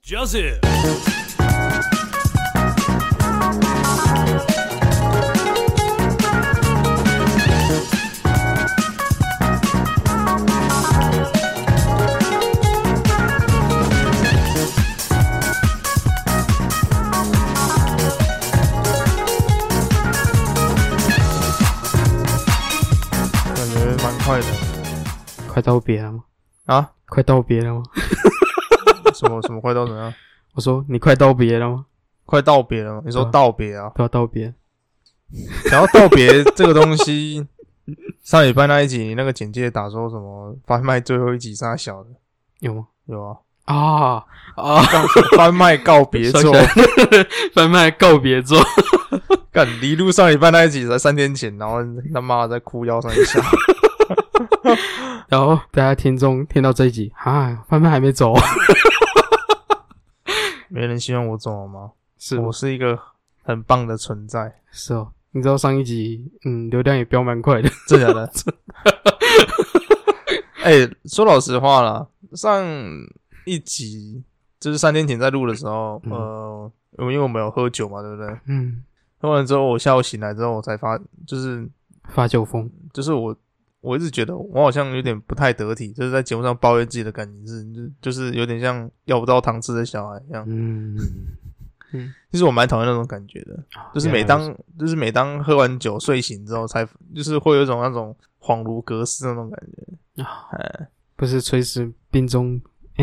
Joseph。 快的， 快道别了吗？ 啊， 快道别了吗？ 什么快到怎样？ 我说你快道别了吗？ 快道别了吗？你说道别啊？ 不要道别。 想要道别这个东西，上礼拜那一集你那个简介打说什么翻卖最后一集杀小的有吗？ 有啊翻卖告别作， 翻卖告别作。 干离路上礼拜那一集才3天前，然后他妈在哭腰上一下。 然后大家听众听到这一集，翻卖还没走。 没人希望我走吗？ 是我是一个很棒的存在。 是哦，你知道上一集流量也飙蛮快的。 真的假的？说老实话啦，上一集就是3天前在录的时候，因为我们有喝酒嘛，对不对？喝完之后，我下午醒来之后，我才就是发酒疯， 就是我一直觉得我好像有点不太得体，就是在节目上抱怨自己的感情是，就是有点像要不到糖吃的小孩一样。其实我蛮讨厌那种感觉的，就是每当喝完酒睡醒之后，才就是会有一种那种恍如隔世那种感觉。 不是垂死梦中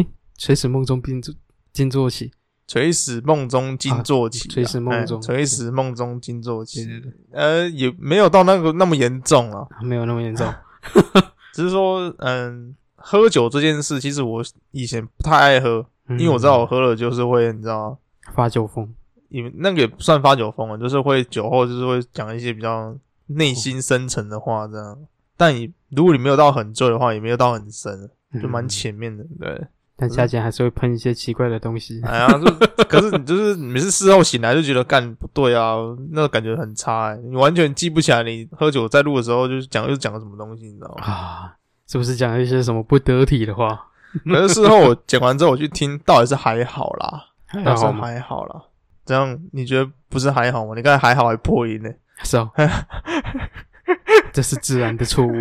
惊坐起。 垂死梦中惊坐起， 垂死梦中惊坐起，也没有到那么严重啊， 没有那么严重， 只是说，喝酒这件事，其实我以前不太爱喝，因为我知道我喝了就是会，你知道发酒疯， 那个也不算发酒疯啊，就是会酒后就是会讲一些比较内心深沉的话这样，但如果你没有到很醉的话，也没有到很深，就蛮前面的，对。 但下潜还是会喷一些奇怪的东西。 可是你就是每次事后醒来就觉得干不对啊，那个感觉很差你完全记不起来你喝酒在录的时候就是讲了什么东西，你知道吗？ 是不是讲了一些什么不得体的话？ 可是事后我讲完之后我去听，到底是还好啦，还好啦。这样你觉得不是还好吗？你刚才还好还破音呢。 是哦，这是自然的错误。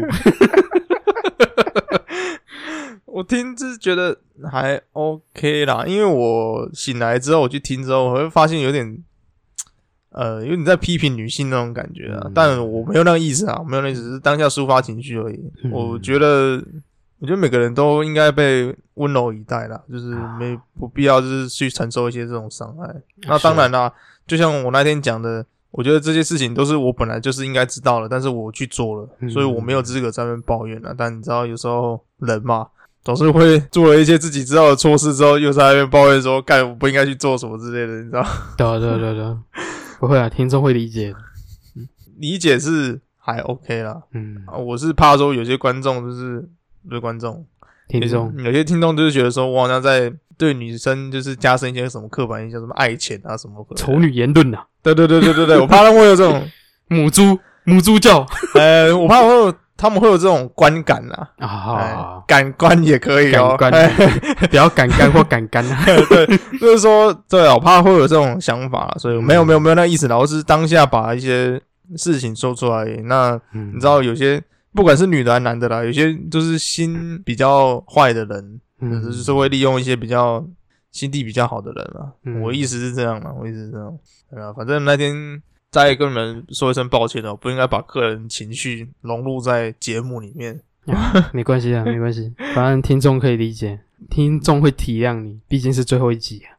我听就是觉得还 OK 啦，因为我醒来之后我去听之后，我会发现有点在批评女性那种感觉啊，但我没有那个意思啊，没有那个意思，只是当下抒发情绪而已。我觉得每个人都应该被温柔以待啦，就是不必要就是去承受一些这种伤害。那当然啦，就像我那天讲的，我觉得这些事情都是我本来就是应该知道的，但是我去做了，所以我没有资格在那边抱怨啦。但你知道有时候人嘛，总是会做了一些自己知道的错事之后，又在那边抱怨说干我不应该去做什么之类的，你知道？ 对，不会啊，听众会理解的。 理解是还 OK 啦。我是怕说有些观众就是不是观众， 听众有些听众就是觉得说我好像在对女生就是加深一些什么刻板印象，什么爱钱啊什么丑女言论啊。 对，我怕他们会有这种母猪教。 我怕他们会有这种观感感官也可以哦， 不要感干或感干啊。 对，就是说，对我怕会有这种想法，所以没有那意思啦，我只是当下把一些事情说出来。那你知道有些不管是女的还是男的啦，有些就是心比较坏的人，就是会利用一些比较心地比较好的人啦。我意思是这样啦，对啊，反正那天再跟你们说一声抱歉我不应该把个人情绪融入在节目里面。 没关系，反正听众可以理解，听众会体谅你，毕竟是最后一集啊。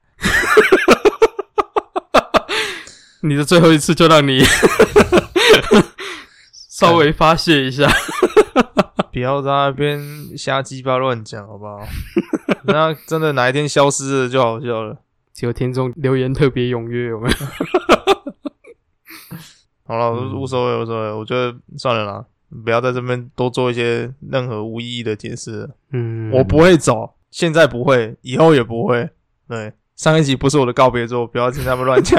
你的最后一次就让你稍微发泄一下。 不要在那边瞎鸡巴乱讲好不好？那真的哪一天消失了就好笑了。 只有听众留言特别踊跃，有没有？ 好了，无所谓，我觉得算了啦，不要在这边多做一些任何无意义的解释了。我不会走，现在不会，以后也不会。对，上一集不是我的告别作，不要听他们乱讲。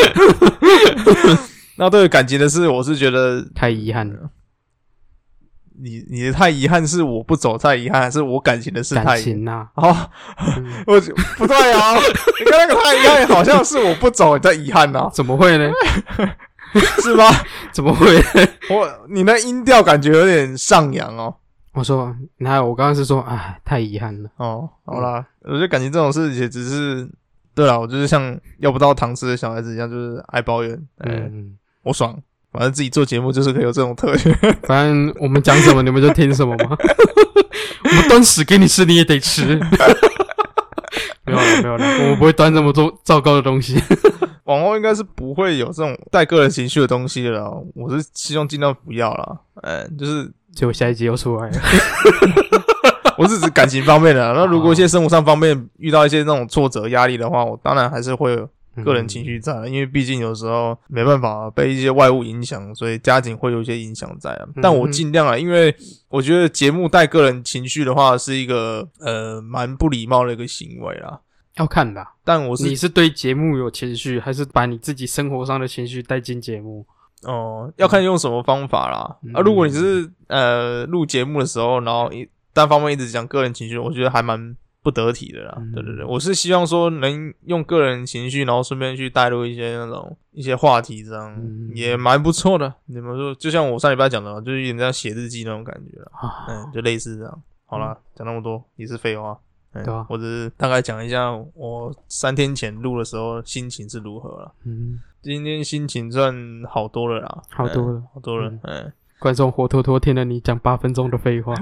那对于感情的事，我是觉得太遗憾了。 你的太遗憾是我不走太遗憾，还是我感情的事太感情啊？ 哦，我不对啊，你刚那个太遗憾好像是我不走你在遗憾啊， 怎么会呢？ 是吗？ 怎么会呢？ 你的音调感觉有点上扬哦。 我说，我刚刚是说，哎，太遗憾了。 哦，好啦，我觉得感情这种事也只是，对啦，我就是像要不到糖吃的小孩子一样，就是爱抱怨。我爽，反正自己做节目就是可以有这种特权。 反正我们讲什么你们就听什么嘛。我们端屎给你吃，你也得吃。没有了，我们不会端这么多糟糕的东西。 往后应该是不会有这种带个人情绪的东西了啦，我是希望尽量不要啦。就是结果下一集又出来了。 我是指感情方面的啦，那如果一些生活上方面遇到一些那种挫折压力的话，我当然还是会有个人情绪在因为毕竟有时候没办法被一些外物影响，所以家庭会有一些影响在但我尽量因为我觉得节目带个人情绪的话是一个蛮不礼貌的一个行为啦。 要看的， 但你是对节目有情绪，还是把你自己生活上的情绪带进节目？ 要看用什么方法啦。如果你是录节目的时候，然后单方面一直讲个人情绪，我觉得还蛮不得体的啦。对，我是希望说能用个人情绪，然后顺便去带入一些话题，这样也蛮不错的。你们说，就像我上礼拜讲的嘛，就是有点像写日记那种感觉啦。就类似这样。好啦，讲那么多也是废话。对啊，我只是大概讲一下我3天前录的时候心情是如何了。今天心情算好多了啦，好多了。 观众活脱脱听了你讲8分钟的废话。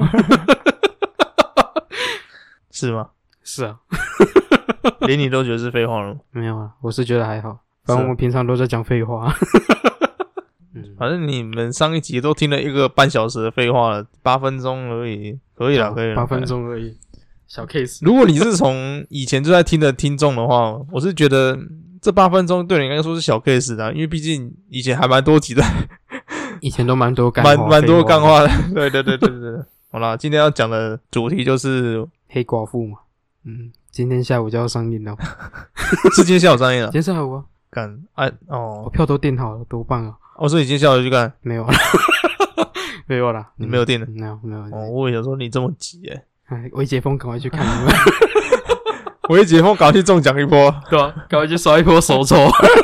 是吗？ 是啊。 连你都觉得是废话了吗？ 没有啊，我是觉得还好，反正我们平常都在讲废话。 反正你们上一集都听了1个半小时的废话了，8分钟而已，可以啦 ，8分钟而已。小 case， 如果你是从以前就在听的听众的话，我是觉得这8分钟对你应该说是小 case 的因为毕竟以前还蛮多集的， 以前都蛮多干话， 蛮多干话的。对。好啦，今天要讲的主题就是黑寡妇嘛。今天下午就要上映了。 是今天下午上映了？ 今天下午啊， 干我票都订好了，多棒啊！ 所以你今天下午就去看？ 没有啦。没有啦， 你没有订的？ 没有。 我也想说你这么急微解封赶快去看。 微解封赶快去中奖一波。 对啊，赶快去刷一波手抽。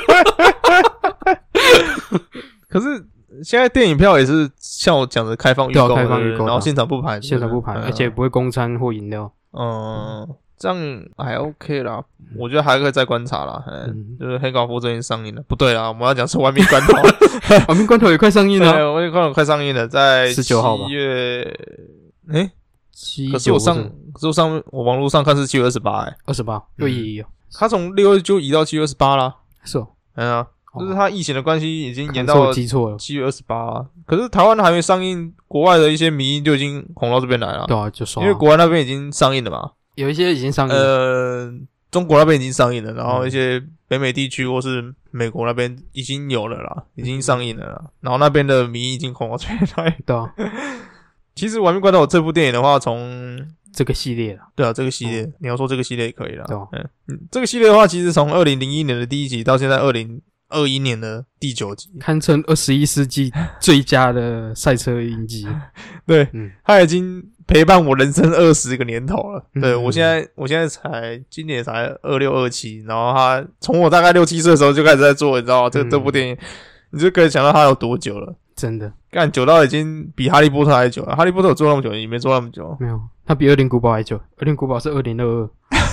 可是现在电影票也是像我讲的开放预购，然后现场不排， 而且不会供餐或饮料。 这样还 OK 啦，我觉得还可以再观察啦。就是黑寡妇最近上映了，不对啦，我们要讲是玩命关头。 玩命关头也快上映了。 对，玩命关头快上映了，在 19号吧。 7月可是我网络上看是7月28 28又移哦。 他从6月就移到7月28啦。 是哦。 就是他疫情的关系已经延到7月28可是台湾还没上映，国外的一些迷因就已经红到这边来了。 对啊，就刷。 因为国外那边已经上映了嘛。 有一些已经上映了。 中国那边已经上映了，然后一些北美地区或是美国那边已经有了啦，已经上映了啦。然后那边的迷因已经红到这边来。 对啊。 其实《玩命关头》这部电影的话，从这个系列啦， 对啊，这个系列，你要说这个系列也可以啦。 对啊。 这个系列的话，其实从2001年的第1集到现在2021年的第9集， 堪称21世纪最佳的赛车影集。 对，他已经陪伴我人生20个年头了。对，我现在今年才26、27，然后他从我大概6、7岁的时候就开始在做，你知道吗？这部电影，你就可以想到他有多久了。 真的， 干久到已经比哈利波特还久了。哈利波特有做那么久，你没做那么久。 没有，他比恶灵古堡还久。恶灵古堡是2022。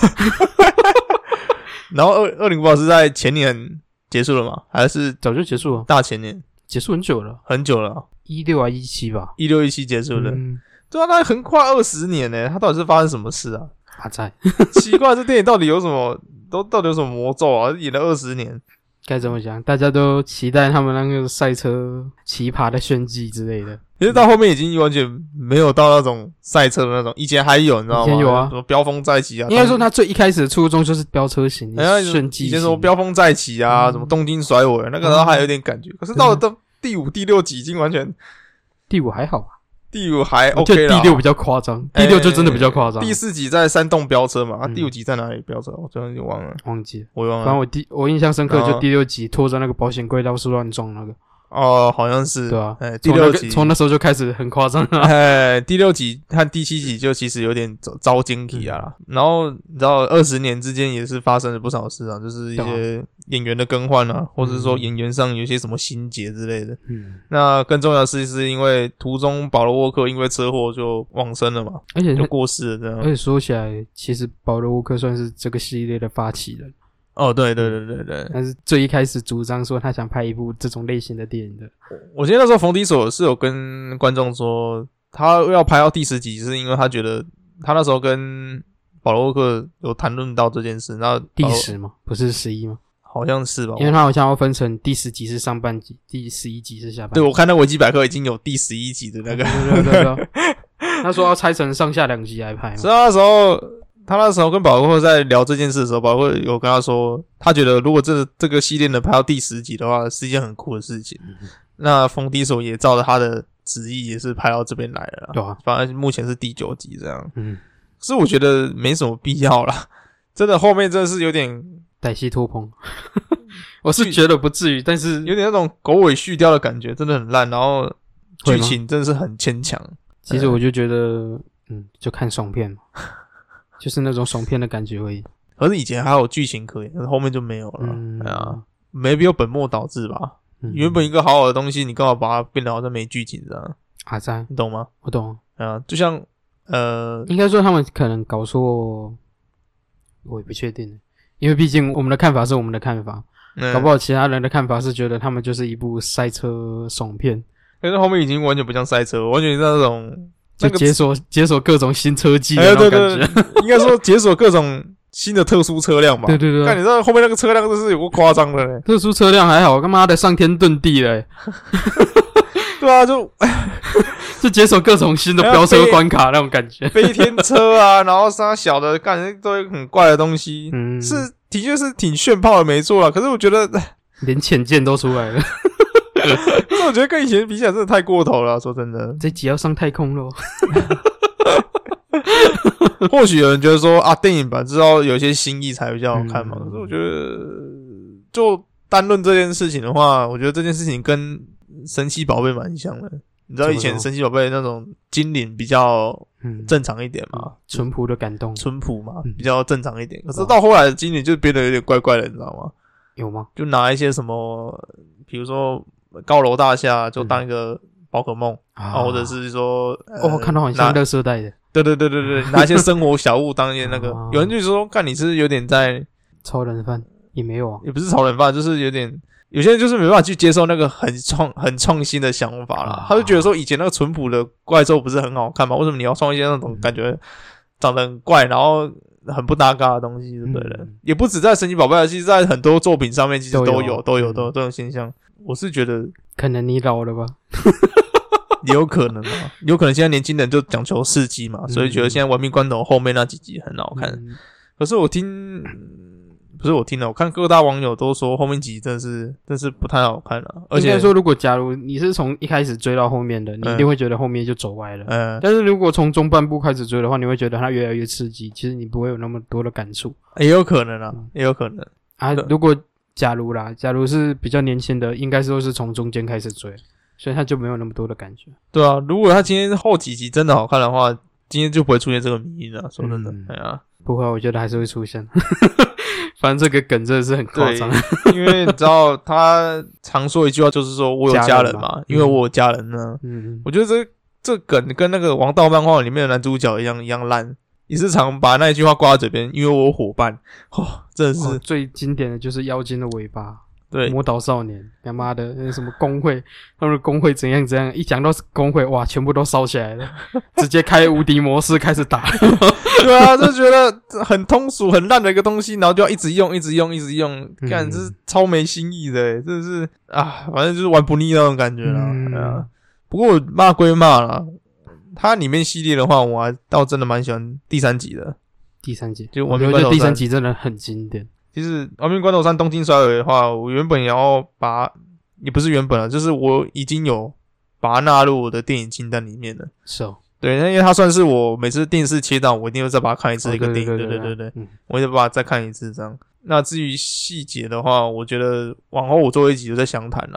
然后恶灵古堡是在前年结束了吗？还是早就结束了？ 大前年结束很久了 ，16 还17吧 ，16、17结束的。对啊，那横跨20年他到底是发生什么事啊？ 阿在奇怪，这电影到底有什么？到底有什么魔咒啊？演了20年。 该怎么讲？大家都期待他们那个赛车奇葩的炫技之类的。 其实到后面已经完全没有到那种赛车的那种，以前还有，你知道吗？ 以前有啊， 什么飙风再起啊。 应该说他最一开始的初衷就是飙车型、炫技型。 以前说飙风再起啊，什么东京甩尾，那个时候还有点感觉。可是到了第5、第6集已经完全， 第5还好吧。 第5还 OK 啦， 第6比较夸张，第6就真的比较夸张。 第4集在山洞飙车嘛，第5集在哪里飙车？我真的就忘了， 忘记了， 我忘了。 反正我印象深刻，就第6集拖着那个保险柜到处乱撞那个。 哦，好像是， 对吧？ 第6集从那时候就开始很夸张了。第6集和第7集就其实有点遭惊奇啊。然后你知道20年之间也是发生了不少事啊，就是一些演员的更换啊，或者是说演员上有些什么心结之类的。那更重要的是因为途中保罗沃克因为车祸就往生了嘛， 而且就过世了这样。 而且说起来，其实保罗沃克算是这个系列的发起人。 哦，对， 但是最一开始主张说他想拍一部这种类型的电影的。 我记得那时候冯迪索是有跟观众说，他要拍到第10集，是因为他觉得他那时候跟保罗沃克有谈论到这件事。那第10吗？不是11吗？ 好像是吧， 因为他好像要分成第10集是上半集，第11集是下半集。 对，我看那维基百科已经有第11集的那个。 对。他说要拆成上下2集来拍嘛。 所以他那时候跟保罗沃克在聊这件事的时候，保罗沃克有跟他说，他觉得如果这个系列能拍到第10集的话，是一件很酷的事情。那冯迪索也照着他的旨意，也是拍到这边来了啦。 对啊， 反正目前是第9集这样。可是我觉得没什么必要啦，真的后面真的是有点歹戏拖棚。我是觉得不至于，但是有点那种狗尾续貂的感觉，真的很烂。然后剧情真的是很牵强。 其实我就觉得，就看爽片嘛。就是那种爽片的感觉而已。 可是以前还有剧情可以，可是后面就没有了。没必要本末倒置吧。原本一个好好的东西，你干嘛把它变得好像没剧情这样？你懂吗？ 我懂。 就像应该说他们可能搞错，我也不确定，因为毕竟我们的看法是我们的看法，搞不好其他人的看法是觉得他们就是一部赛车爽片。 可是后面已经完全不像赛车，完全是那种。 就解锁各种新车技的那种感觉。 对，应该说解锁各种新的特殊车辆吧。 对。 看你知道后面那个车辆真是有够夸张的嘞。 特殊车辆还好，干嘛的上天遁地嘞？ 对啊，就解锁各种新的飙车关卡那种感觉。 飞天车啊，然后啥小的，干都很怪的东西。是的确是挺炫炮的，没错啦。可是我觉得连潜舰都出来了。 这我觉得跟以前比起来真的太过头了，说真的。 这集要上太空咯。 或许有人觉得说啊，电影版至少有些新意才比较好看嘛。可是我觉得，就单论这件事情的话，我觉得这件事情跟神奇宝贝蛮像的。你知道以前神奇宝贝那种精灵比较正常一点嘛， 淳朴的感动， 淳朴嘛，比较正常一点。可是到后来的精灵就变得有点怪怪的，你知道吗？ 有吗？ 就拿一些什么，比如说高楼大厦就当一个宝可梦或者是说我看到很像垃圾袋的。 对，拿一些生活小物当一些那个。有人就说，看你是有点在超人饭，也没有啊， 也不是超人饭，就是有点。有些人就是没办法去接受那个很创新的想法啦，他就觉得说以前那个淳朴的怪兽不是很好看吗？为什么你要创一些那种感觉长得很怪，然后很不搭嘎的东西，对不对？也不止在神奇宝贝，其实在很多作品上面其实都有这种现象。我是觉得可能你老了吧。 也有可能啊，有可能现在年轻人就讲求刺激嘛，所以觉得现在玩命关头后面那几集很好看。可是我看各大网友都说后面几集真是不太好看了。而且应该说，如果假如你是从一开始追到后面的，你一定会觉得后面就走歪了。但是如果从中半部开始追的话，你会觉得它越来越刺激，其实你不会有那么多的感触。 也有可能啊，也有可能啊。如果假如是比较年轻的，应该都是从中间开始追，所以他就没有那么多的感觉。 对啊，如果他今天后几集真的好看的话，今天就不会出现这个迷因了。说真的， 不会，我觉得还是会出现。反正这个梗真的是很夸张， 因为你知道他常说一句话，就是说我有家人嘛，因为我有家人呢。我觉得这梗跟那个王道漫画里面的男主角一样烂，也是常把那一句话挂在嘴边，因为我有伙伴。真的是最经典的就是妖精的尾巴。 对， 魔导少年，他妈的那什么工会，他们的工会怎样，一讲到工会，哇，全部都烧起来了，直接开无敌模式开始打。 对啊，就觉得很通俗、很烂的一个东西，然后就要一直用，干，这是超没新意的，真的是啊，反正就是玩不腻那种感觉啦。不过我骂归骂啦，它里面系列的话，我还倒真的蛮喜欢第3集的。 第3集， 就我觉得第3集真的很经典。 其实《亡命关头3：东京甩尾》的话，我原本也要也不是原本了，就是我已经有把它纳入我的电影清单里面了。 是哦， 对，因为它算是我每次电视切到，我一定会再把它看一次的一个电影。对，我一定把它再看一次这样。那至于细节的话，我觉得往后我做一集就在详谈啦。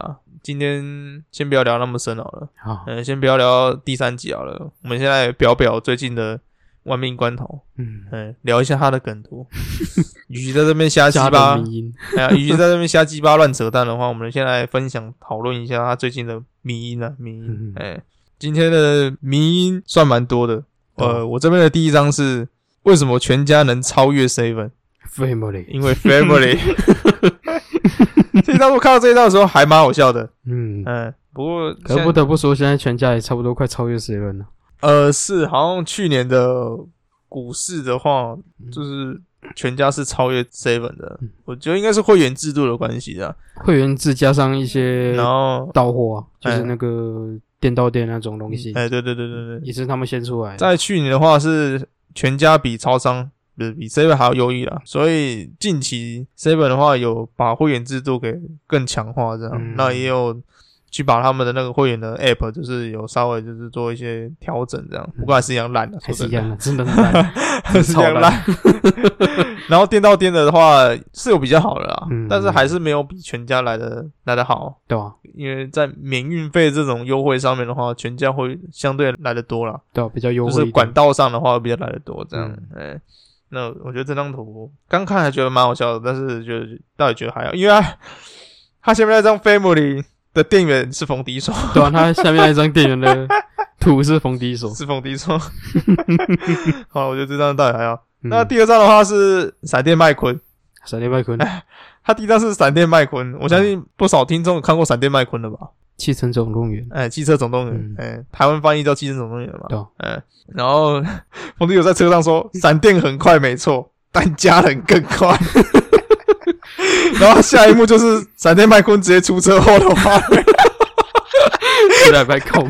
今天先不要聊那么深好了。 好， 先不要聊第3集好了。我们现在表最近的玩命关头，聊一下他的梗图。与其在这边瞎鸡巴，与其在这边瞎鸡巴乱扯淡的话，我们先来分享讨论一下他最近的迷因啊，迷因。今天的迷因算蛮多的。我这边的第一张是为什么全家能超越 Seven？Family， 因为 Family。这一张我看到这一张的时候还蛮好笑的。不过可不得不说，现在全家也差不多快超越 Seven 了。 是好像去年的股市的话，就是全家是超越 Seven 的。我觉得应该是会员制度的关系啊， 会员制加上一些然后到货就是那个店到店那种东西。 对， 也是他们先出来的。 在去年的话是全家比超商不是比 Seven 还要优异啦，所以近期 Seven 的话有把会员制度给更强化这样，那也有去把他们的那个会员的 App 就是有稍微就是做一些调整这样，不过还是一样烂的， 还是一样的，真的很烂， 还是一样烂。然后店到店的话是有比较好的啦，但是还是没有比全家来的好， 对啊， 因为在免运费这种优惠上面的话，全家会相对来的多啦， 对啊，比较优惠， 就是管道上的话会比较来的多这样。那我觉得这张图刚看还觉得蛮好笑的，但是到底觉得还好，因为他下面那张 Family 的店员是冯迪所， 对啊，他下面那张店员的图是冯迪所， 是冯迪所。好，我觉得这张到底还好。那第二张的话是闪电麦昆，他第一张是闪电麦昆，我相信不少听众有看过闪电麦昆了吧？ 汽车总动员， 汽车总动员，台湾翻译叫汽车总动员嘛。 对， 然后冯迪有在车上说，闪电很快没错，但家人更快。然后下一幕就是闪电麦昆直接出车祸的画面， 实在白靠背。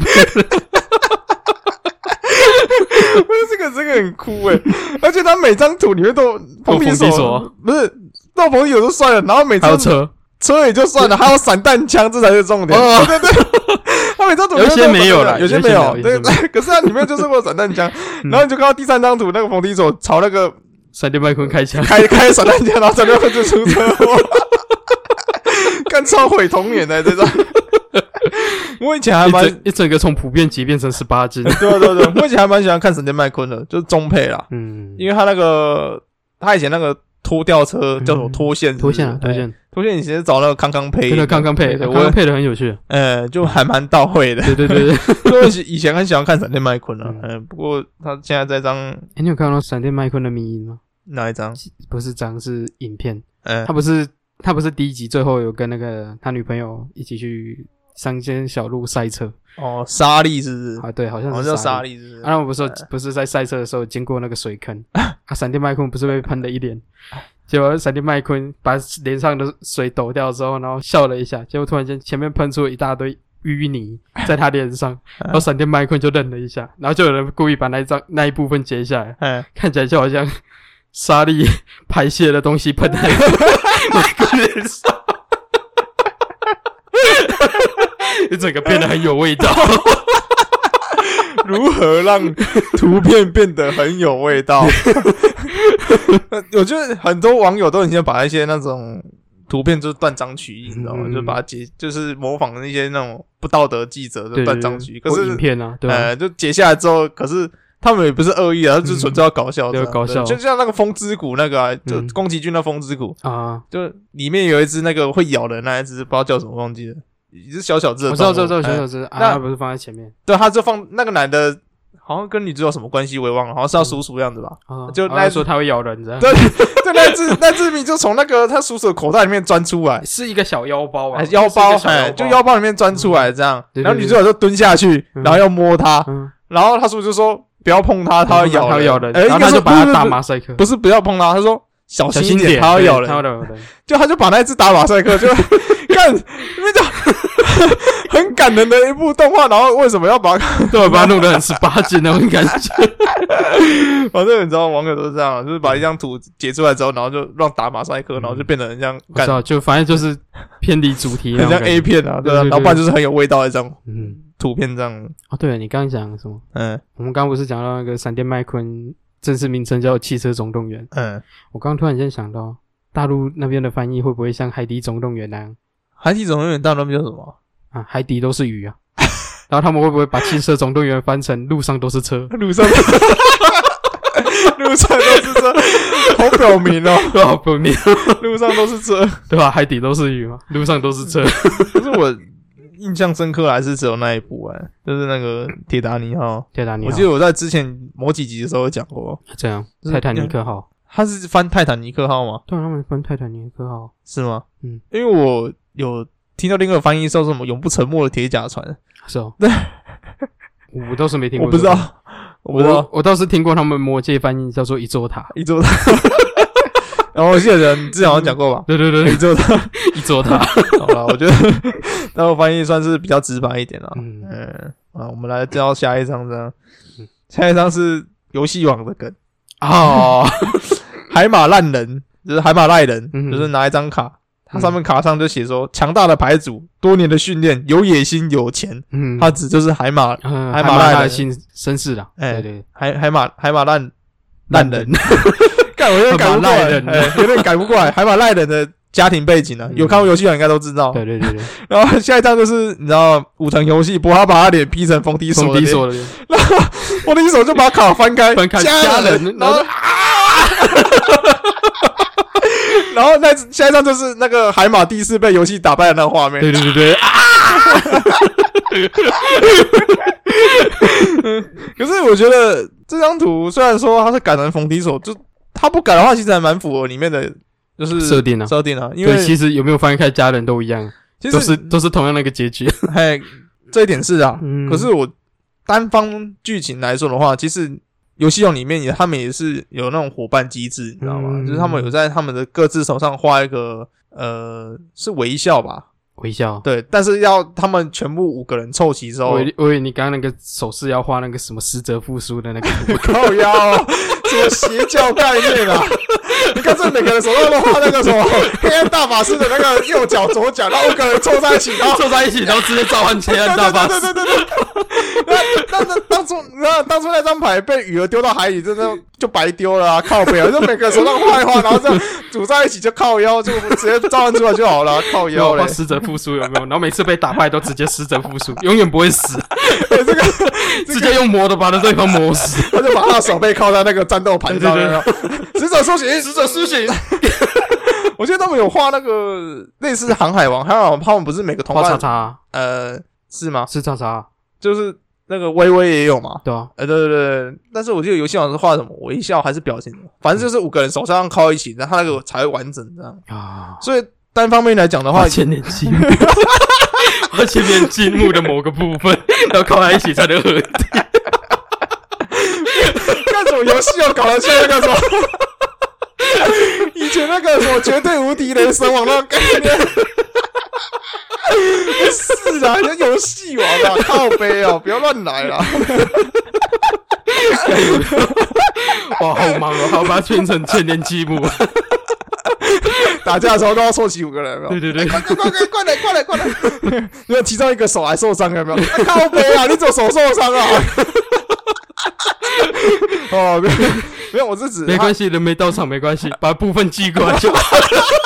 这个很酷而且他每张图里面都冯迪手，不是到冯迪手就算了，然后每张车也就算了，还有散弹枪，这才是重点。对，他每张图有些没有啦， 有些没有，对，可是它里面就是会有散弹枪，然后你就看到第3张图，那个冯迪手朝那个闪电麦昆开枪， 开散弹枪，然后闪电麦昆就出车祸，干超毁童年的这张。我以前还蛮一整个从普遍级变成18禁。 对，我以前还蛮喜欢看闪电麦昆的，就是中配啦。因为他以前那个拖吊车叫什么拖线以前是找那个康康配， 真的康康配的很有趣。 就还蛮到位的。 对。 所以以前很喜欢看闪电麦昆啊。不过他现在这张， 你有看到闪电麦昆的迷因吗？ 哪一张？ 不是张，是影片。他不是第一集最后有跟那个他女朋友一起去乡间小路赛车。 沙粒是不是？ 对，好像是叫沙粒，是不是？ 我不是在赛车的时候经过那个水坑，闪电麦昆不是被喷了一脸，结果闪电麦昆把脸上的水抖掉之后，然后笑了一下，结果突然间前面喷出了一大堆淤泥在他脸上，然后闪电麦昆就愣了一下，然后就有人故意把那一部分截下来，看起来就好像沙粒排泄的东西喷在麦昆脸上。你整个变得很有味道。 如何让图片变得很有味道？我觉得很多网友都很喜欢把一些那种图片就是断章取义，你知道吗？就把它就是模仿那些那种不道德记者的断章取义。可是影片啊，对就截下来之后，可是他们也不是恶意啊，就纯粹要搞笑的。 搞笑， 就像那个风之谷那个就宫崎骏的风之谷就里面有一只那个会咬的那一只，不知道叫什么，忘记了。一只小只的， 我知道小只他不是放在前面， 对，他就放那个男的，好像跟女主角什么关系我也忘了，好像是要叔叔样子吧，就那说他会咬人， 对，那只米就从那个他叔叔的口袋里面钻出来， 是一个小腰包啊， 就腰包里面钻出来这样，然后女主角就蹲下去，然后要摸他，然后他叔叔就说不要碰他，他会咬人， 然后他就把他打马赛克， 不是不要碰他，他说小心一点，他会咬人，就他就把那只打马赛克就干，因为就很感人的一部动画，然后为什么要把它弄得很18禁那种感觉？ 反正你知道网友都是这样，就是把一张图截出来之后，然后就让打马赛克，然后就变得很像就反正就是偏离主题， 很像 A 片啊，对啊，然后不然就是很有味道的这样图片这样。 对了，你刚刚讲什么？我们刚刚不是讲到那个闪电麦昆正式名称叫汽车总动员？我刚刚突然间想到，大陆那边的翻译会不会像海底总动员那样？ 海底总动员大陆那边叫什么？ 啊，海底都是鱼啊。然后他们会不会把汽车总动员翻成路上都是车？ 路上都是车，好表明哦， 对，好表明， 路上都是车， 对吧？海底都是鱼嘛，路上都是车。 可是我印象深刻还是只有那一部就是那个铁达尼号。我记得我在之前某几集的时候有讲过。 这样，泰坦尼克号， 他是翻泰坦尼克号吗？ 对，他们翻泰坦尼克号是吗？因为我有听到另一个翻译说什么永不沉没的铁甲船。 是哦，我倒是没听过， 我不知道。 我倒是听过他们魔界翻译叫做一座塔。 然后我记得你之前好像讲过吧？ 对， 一座塔， 一座塔。 好啦，我觉得那个翻译算是比较直白一点啦。我们来教下一张，下一张是游戏王的梗哦， 海马烂人就是海马赖人，就是拿一张卡。它上面卡上就写说强大的牌组，多年的训练，有野心，有钱。它指就是海马赖人新绅士啦。对， 海马烂人，干我有点改不过来，有点改不过来。海马赖人的家庭背景有看过游戏的应该都知道。 对。 然后下一张就是你知道武藤游戏，他把他脸 P 成冯迪索的脸，然后冯迪索就把卡翻开家人，然后然后下一张就是那个海马第4被游戏打败的那个画面。 对可是我觉得这张图虽然说它是改成冯迪索，就他不改的话，其实还蛮符合里面的就是设定啊。因为其实有没有翻开家人都一样，其实都是同样那个结局。 这一点是啊。可是我单方剧情来说的话，其实游戏王里面他们也是有那种伙伴机制，你知道吗？就是他们有在他们的各自手上画一个是微笑吧。 微笑， 对，但是要他们全部5个人凑齐之后， 我以为你刚刚那个手势要画那个什么死者复苏的那个图， 靠腰什么邪教概念啊？你看这每个人手上都画那个什么黑暗大法师的那个右脚左脚，然后5个人凑在一起，然后直接召唤黑暗大法师。对。当初那张牌被雨儿丢到海里，真的就白丢了啊！靠北啊，就每个人手上画一画，然后这样组在一起就靠腰，就直接召唤出来就好了。靠腰嘞， 死者复苏有没有？然后每次被打败都直接死者复苏，永远不会死。 这个直接用磨的把对方磨死， 他就把他的手背靠在那个战斗盘上面。死者苏醒。我记得他们有画那个类似航海王，他们不是每个同伴画叉叉？ 是吗？ 是叉叉， 就是那个微微也有嘛？ 对啊， 对。但是我记得游戏王是画什么微笑还是表情，反正就是5个人手上靠一起，然后他那个才会完整这样啊。所以单方面来讲的话， 千年积木，把前面积木的某个部分，然后靠在一起才能合体。 干什么游戏要搞得像那个什么？以前那个什么绝对无敌雷神王那种概念。不是啊，人家游戏王啊，靠背啊，不要乱来啦。 哇，好忙哦，好把它圈成千年积木。 打架的时候都要凑齐5个人，有没有？ 对， 快来！因为其中一个手还受伤，有没有？靠背啊，你怎么手受伤啊？哦，没有，我是指没关系，人没到场没关系，把部分寄过来就好。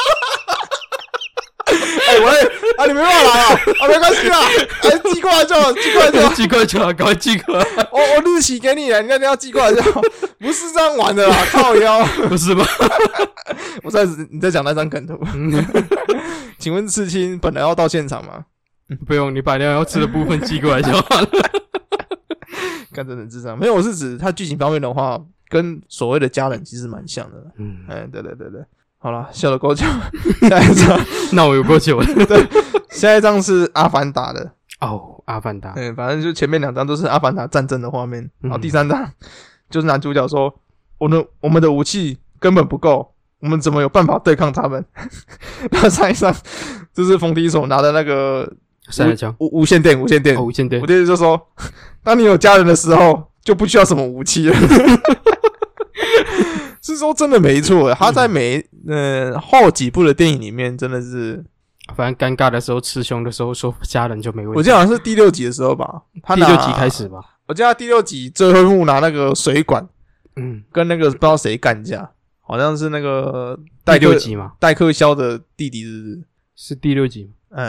你没办法来啊！没关系啦，寄过来就好， 赶快寄过来。 我日期给你了，你要寄过来就好，不是这样玩的啦，靠腰， 不是吗？ 你在讲那张梗图。请问刺青本来要到现场吗？ 不用，你把要吃的部分寄过来就好了。 干真的智障，没有，我是指它剧情方面的话，跟所谓的家人其实蛮像的。对。好了，笑得够久。下一张， 那我有够久了。 对，下一张是阿凡达的。 阿凡达。 反正就前面2张都是阿凡达战争的画面，然后第3张就是男主角说：“我们的武器根本不够，我们怎么有办法对抗他们？”然后上一张就是冯迪索拿的那个无线电，我弟弟就说：“当你有家人的时候，就不需要什么武器了。”是说真的没错，他在后几部的电影里面真的是， 反正尴尬的时候吃凶的时候说家人就没问题。 我记得好像是第6集的时候吧， 第6集开始吧。 我记得他第6集最后一幕拿那个水管，跟那个不知道谁干架，好像是那个第6集嘛， 戴克肖的弟弟是第6集吗？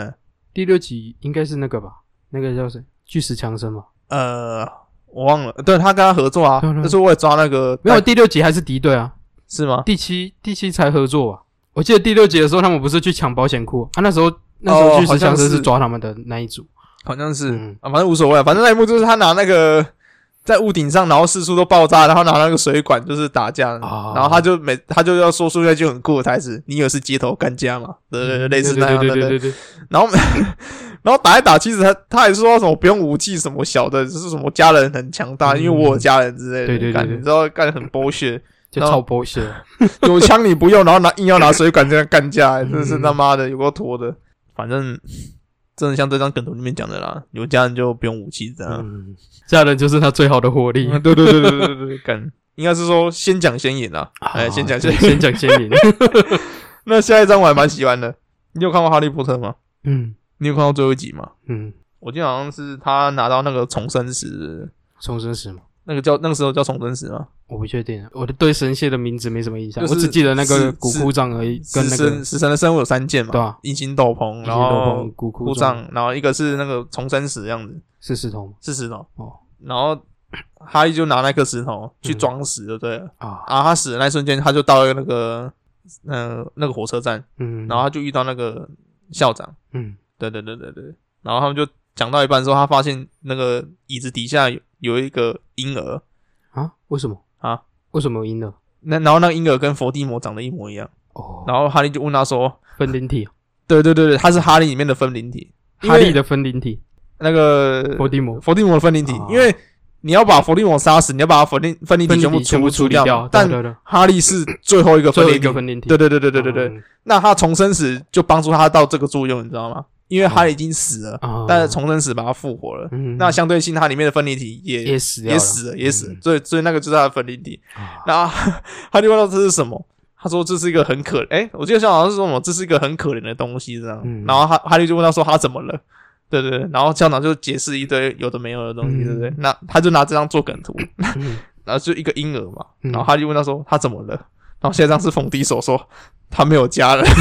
第6集应该是那个吧？那个叫谁？巨石强森嘛？ 我忘了。对，他跟他合作啊，那时候我也抓那个。 没有，第6集还是敌对啊？ 是吗？ 第七才合作吧？我记得第6集的时候，他们不是去抢保险库啊？那时候巨石强森是抓他们的那一组， 好像是反正无所谓啊。反正那一幕就是他拿那个在屋顶上，然后四处都爆炸，然后拿那个水管就是打架，然后他就要说出那句很酷的台词：“你以为是街头干架嘛？”对，类似那样的。对。然后打来打，其实他还说什么不用武器什么小的，就是什么家人很强大，因为我有家人之类的。对，你知道干很bullshit。 就超bullshit， 有枪你不用，然后硬要拿水管这样干架，真的是他妈的有够拖的。反正真的像这张梗图里面讲的啦，有家人就不用武器这样， 家人就是他最好的火力。 对，干应该是说先讲先赢啦，先讲先赢。那下一章我还蛮喜欢的，你有看过哈利波特吗？你有看到最后一集吗？我记得好像是他拿到那个重生石吗？ 那个时候叫重生石吗？ 我不确定，我对神蟹的名字没什么印象，我只记得那个古窟杖而已。跟那个死神的生物有3件嘛， 对啊， 隐形斗篷，然后古窟杖，然后一个是那个重生石的样子， 是石头哦。然后哈利就拿那颗石头去装死，就对了他死的那瞬间，他就到了那个火车站，然后他就遇到那个校长，对，然后他们就讲到一半的时候，他发现那个椅子底下有一个婴儿啊？为什么啊？ 为什么有婴儿？ 然后那个婴儿跟伏地魔长得一模一样然后哈利就问他说：“ 分灵体？” 对，他是哈利里面的分灵体， 哈利的分灵体， 那个伏地魔的分灵体，因为你要把伏地魔杀死，你要把分灵体全部处理掉，但哈利是最后一个分灵体，对，那他重生时就帮助他到这个作用，你知道吗？因为哈利已经死了，但是重生时把他复活了，那相对性他里面的分灵体也死了，所以那个就是他的分灵体。然后哈利问到这是什么，他说这是一个很可我记得好像是说什么这是一个很可怜的东西这样。然后哈利就问他说他怎么了？对，然后校长就解释一堆有的没有的东西，对不对？那他就拿这张做梗图，然后就一个婴儿嘛，然后哈利问他说他怎么了？然后下一张是冯迪手说他没有家人。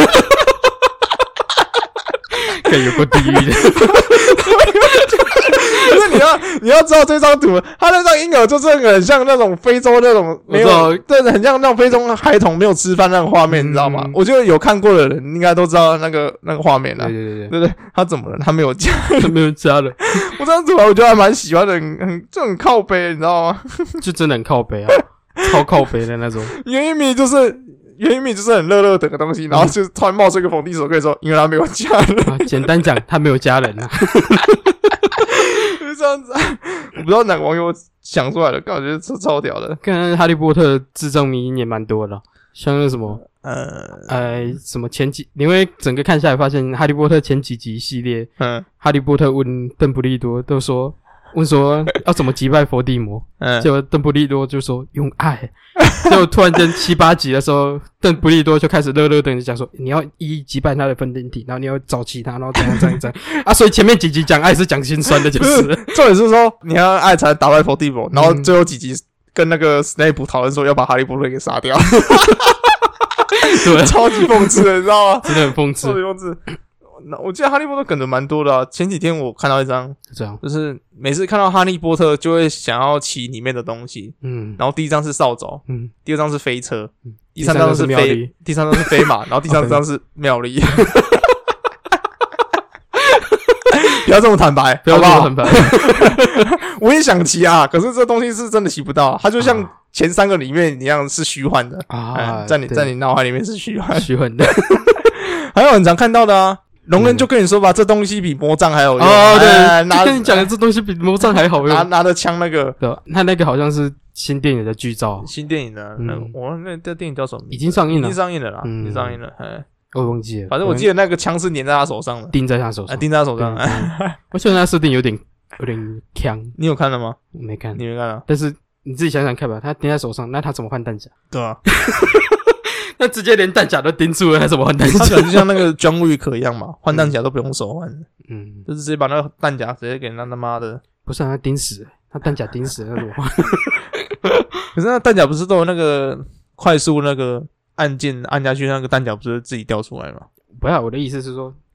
更有过地狱的， 可是你要知道这张图，他那张婴儿就是很像那种非洲那种没有，对，很像那种非洲孩童没有吃饭那种画面，你知道吗？我觉得有看过的人应该都知道那个画面了。对，他怎么了？他没有家人， 没有家人。 我这张图我觉得还蛮喜欢的，就很靠北，你知道吗？ 就真的很靠北啊，超靠北的那种。 原因名就是很乐的东西，然后就突然冒出一个冯迪手，跟你说，因为他没有家人。 简单讲，他没有家人啊。 就这样子，我不知道哪个网友想出来的，感觉是超屌的。 看哈利波特自证迷因也蛮多的，像那什么什么前几，你会整个看下来发现哈利波特前几集系列，哈利波特问邓布利多都说。问说要怎么击败伏地魔，结果邓布利多就说用爱，结果突然间7、8集的时候，邓布利多就开始乐等讲说你要一击败他的分灵体，然后你要找其他，然后怎样啊，所以前面几集讲爱是讲心酸的，就是重点是说你要爱才打败伏地魔，然后最后几集跟那个斯内普讨论说要把哈利波特给杀掉， 对， 超级讽刺的，你知道吗？ 真的很讽刺， 超级讽刺。我记得哈利波特梗的蛮多的啊，前几天我看到一张，就是每次看到哈利波特就会想要骑里面的东西，然后第一张是扫帚，第二张是飞车，第三张是飞马，然后第三张是妙丽。不要这么坦白， 不要这么坦白。 我也想骑啊，可是这东西是真的骑不到，它就像前3个里面一样是虚幻的啊，在你脑海里面是虚幻的。还有很常看到的啊。龙人就跟你说吧，这东西比魔杖还有用。 对，就跟你讲的这东西比魔杖还好用。 拿的枪那个， 对，他那个好像是新电影的剧照。 新电影的，那这电影叫什么？ 已经上映了啦， 已经上映了。 我忘记了， 反正我记得那个枪是粘在他手上的， 钉在他手上。我觉得那设定有点强。 你有看了吗？ 我没看， 你没看啊？ 但是你自己想想看吧，他钉在手上，那他怎么换弹夹？ 对啊。 那直接连弹夹都钉住了，还怎么换弹夹？ 他可能就像那个 John Wick 一样嘛，换弹夹都不用手换，就是直接把那个弹夹直接给他妈的， 不是他钉死，他弹夹钉死了，那怎么换？ 可是那弹夹不是都有那个快速那个按键按下去，那个弹夹不是自己掉出来吗？ 不要，我的意思是说，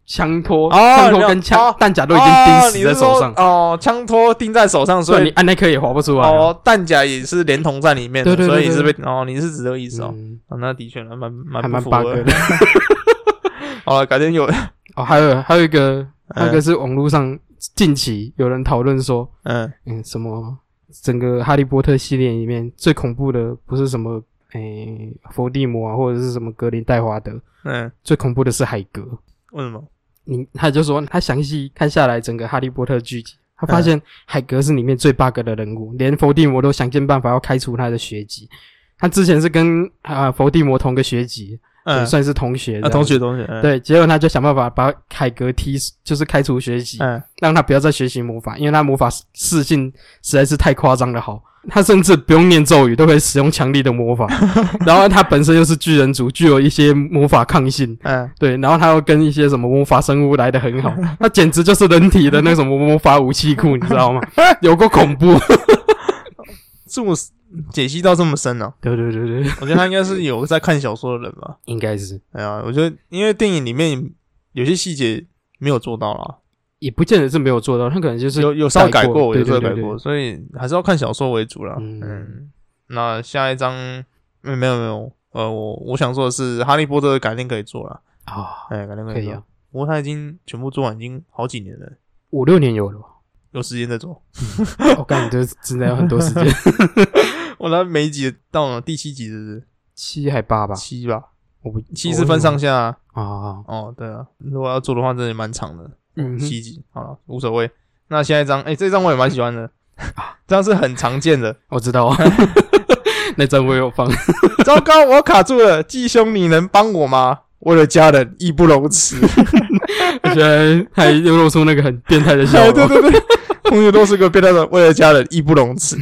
枪托跟弹夹都已经钉死在手上哦，枪托钉在手上，所以你按那颗也滑不出来哦，弹夹也是连同在里面的， 对， 所以你是你是指这个意思哦。那的确蛮不符合的。好了，改天有还有一个是网络上近期有人讨论说，什么整个哈利波特系列里面最恐怖的不是什么伏地魔啊，或者是什么格林戴华德，最恐怖的是海格。 为什么？ 他就说他详细看下来整个哈利波特剧集，他发现海格是里面最 bug 的人物，连伏地魔都想尽办法要开除他的学籍。他之前是跟伏地魔同个学籍，算是同学同学对，结果他就想办法把海格就是开除学籍，让他不要再学习魔法，因为他魔法适性实在是太夸张的好，他甚至不用念咒语都可以使用强力的魔法。然后他本身又是巨人族，具有一些魔法抗性，对，然后他又跟一些什么魔法生物来得很好，他简直就是人体的那种魔法武器库，你知道吗？有够恐怖。 这么解析到这么深啊？ 对， 我觉得他应该是有在看小说的人吧， 应该是。 哎呀，我觉得因为电影里面有些细节没有做到啦， 也不见得是没有做到，他可能就是有稍改过， 对， 所以还是要看小说为主啦。那下一章没有，我想说的是，哈利波特改天可以做啦。改天可以做。不过他已经全部做完，已经好几年了 ，5-6年有了吧。 有时间再做。 我感觉真的有很多时间。 我那每一集到了第7集是不是 ？7还8吧 ？7吧。7是分上下啊。 哦， 对啊，如果要做的话，真的蛮长的。7集好了，无所谓。那下一章，这张我也蛮喜欢的。这张是很常见的， 我知道。那张我有放。 糟糕，我卡住了。季兄，你能帮我吗？为了家人，义不容辞。 我觉得还流露出那个很变态的笑容。 对，同学都是个变态的，为了家人，义不容辞。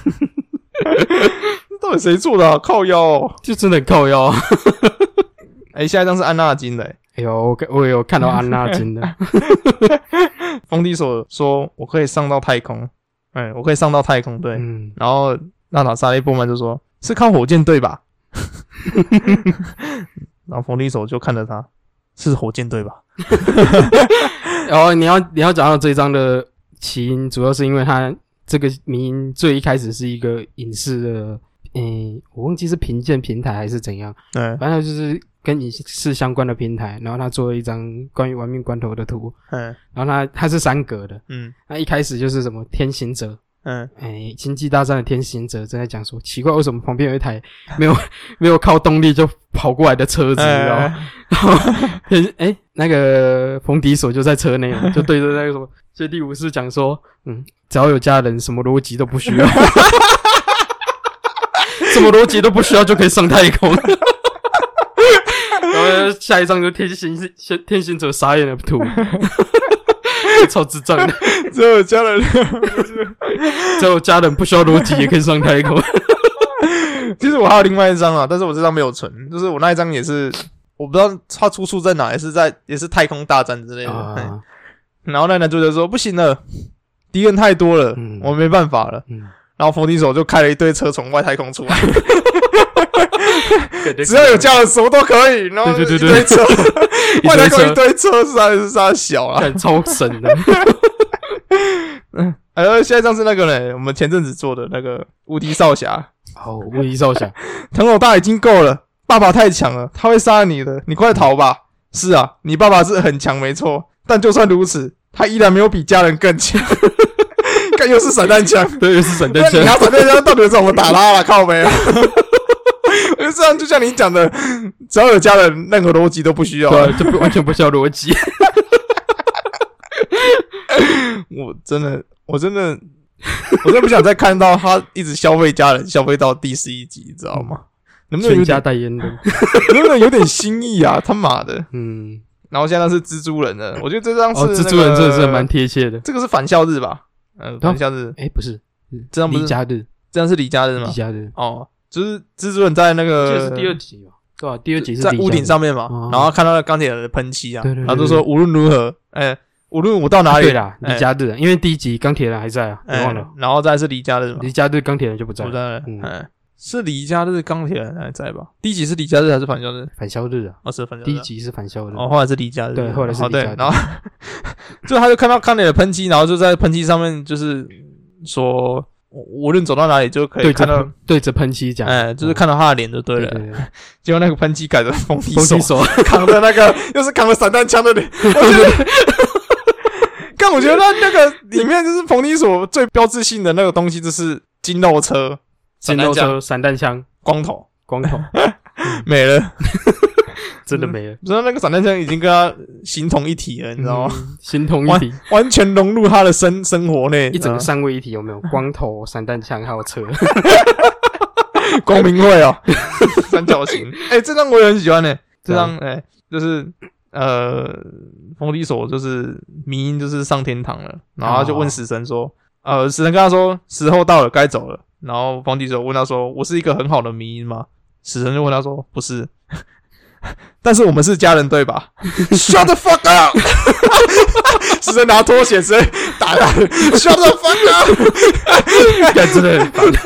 到底谁做的啊？靠腰哦， 就真的很靠腰。 下一张是安纳金的。 我也有看到安纳金的。 冯迪所说：“我可以上到太空。”我可以上到太空，对。然后娜塔莎莉波曼就说：“是靠火箭队吧？”然后冯迪所就看着他，是火箭队吧？ 然后你要讲到这一章的起因，主要是因为他这个迷因最一开始是一个影视的，我忘记是评鉴平台还是怎样，反正就是跟影视相关的平台，然后他做了一张关于玩命关头的图，然后他是3格的，那一开始就是什么天行者。星际大战的天行者正在讲说，奇怪为什么旁边有一台没有靠动力就跑过来的车子，然后那个冯迪所就在车内，就对着那个什么谢第5世讲说，只要有家人，什么逻辑都不需要，什么逻辑都不需要就可以上太空。然后下一张就天行者傻眼的图。超智障的， 只有家人不需要逻辑也可以上太空。 其实我还有另外一张啊，但是我这张没有存，就是我那一张也是，我不知道它出处在哪，也是太空大战之类的。然后那男主角说不行了，敌人太多了，我没办法了。然后冯迪手就开了一堆车从外太空出来。只要有家人什么都可以，然后一堆车，外太空一堆车是他小啊， 超神的。 下一张是那个呢，我们前阵子做的那个无敌少侠。 无敌少侠， 唐老大已经够了，爸爸太强了，他会杀你的，你快逃吧。是啊，你爸爸是很强没错，但就算如此，他依然没有比家人更强。看又是散弹枪， 对，又是散弹枪。 你拿散弹枪到底怎么打他啦？靠北啊！我觉得这样就像你讲的，只要有家人，任何逻辑都不需要， 对，就完全不需要逻辑。 我真的不想再看到他一直消费家人，消费到第11集，你知道吗？能不能全家代言人？ 能不能有点新意啊？他妈的！然后现在是蜘蛛人了，我觉得这张是蜘蛛人真的是蛮贴切的。 这个是返校日吧？返校日？ 不是， 这张不是离家日， 这张是离家日吗？ 离家日就是蜘蛛人在那个， 这是第2集吧？对吧？第2集是在屋顶上面嘛，然后看到那钢铁人的喷漆啊，然后就说无论如何，无论我到哪里， 对啦，离家日，因为第1集钢铁人还在啊，你忘了。 然后再是离家日嘛， 离家日钢铁人就不在了。 是李家日钢铁人还在吧？第一集是李家日还是返校日？ 返校日啊， 是返校日。 第一集是返校日。 后来是李家日。 对，后来是李家日。 对，然后就他就看到康磊的喷漆，然后就在喷漆上面就是说，无论走到哪里就可以看到对着喷漆讲， 就是看到他的脸就对了。 对， 结果那个喷漆改成风笛手， 扛着那个又是扛着散弹枪的脸，我觉得那个里面就是冯迪所最标志性的那个东西，就是筋肉车、 散弹枪、 光头没了， 真的没了。 不知道那个散弹枪已经跟他形同一体了，你知道吗？ 形同一体， 完全融入他的生活内， 一整个三位一体，有没有？光头、散弹枪还有车， 光明会哦，三角形。这张我也很喜欢呢。这张就是冯迪所就是迷因，就是上天堂了，然后他就问死神说，死神跟他说时候到了，该走了。然后冯迪所问他说，我是一个很好的迷因吗？死神就问他说，不是，但是我们是家人对吧？Shut the fuck up！ 死神拿拖鞋直接打他 ，Shut the fuck up！ 真的很烦。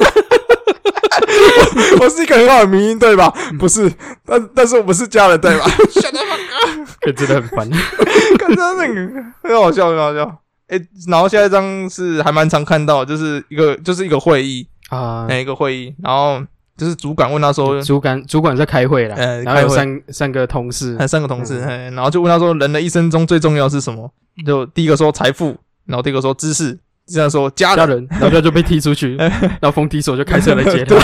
我是一个很好的迷因对吧？不是，但是我们是家人对吧？Shut the fuck up！ 真的很烦， 看真的很好笑，很好笑。然后下一张是还蛮常看到，就是一个会议一个会议，然后就是主管问他说， 主管在开会啦，然后有三个同事， 然后就问他说，人的一生中最重要的是什么？就第一个说财富，然后第二个说知识，第三个说家人， 然后他就被踢出去，然后冯迪所就开车来接他。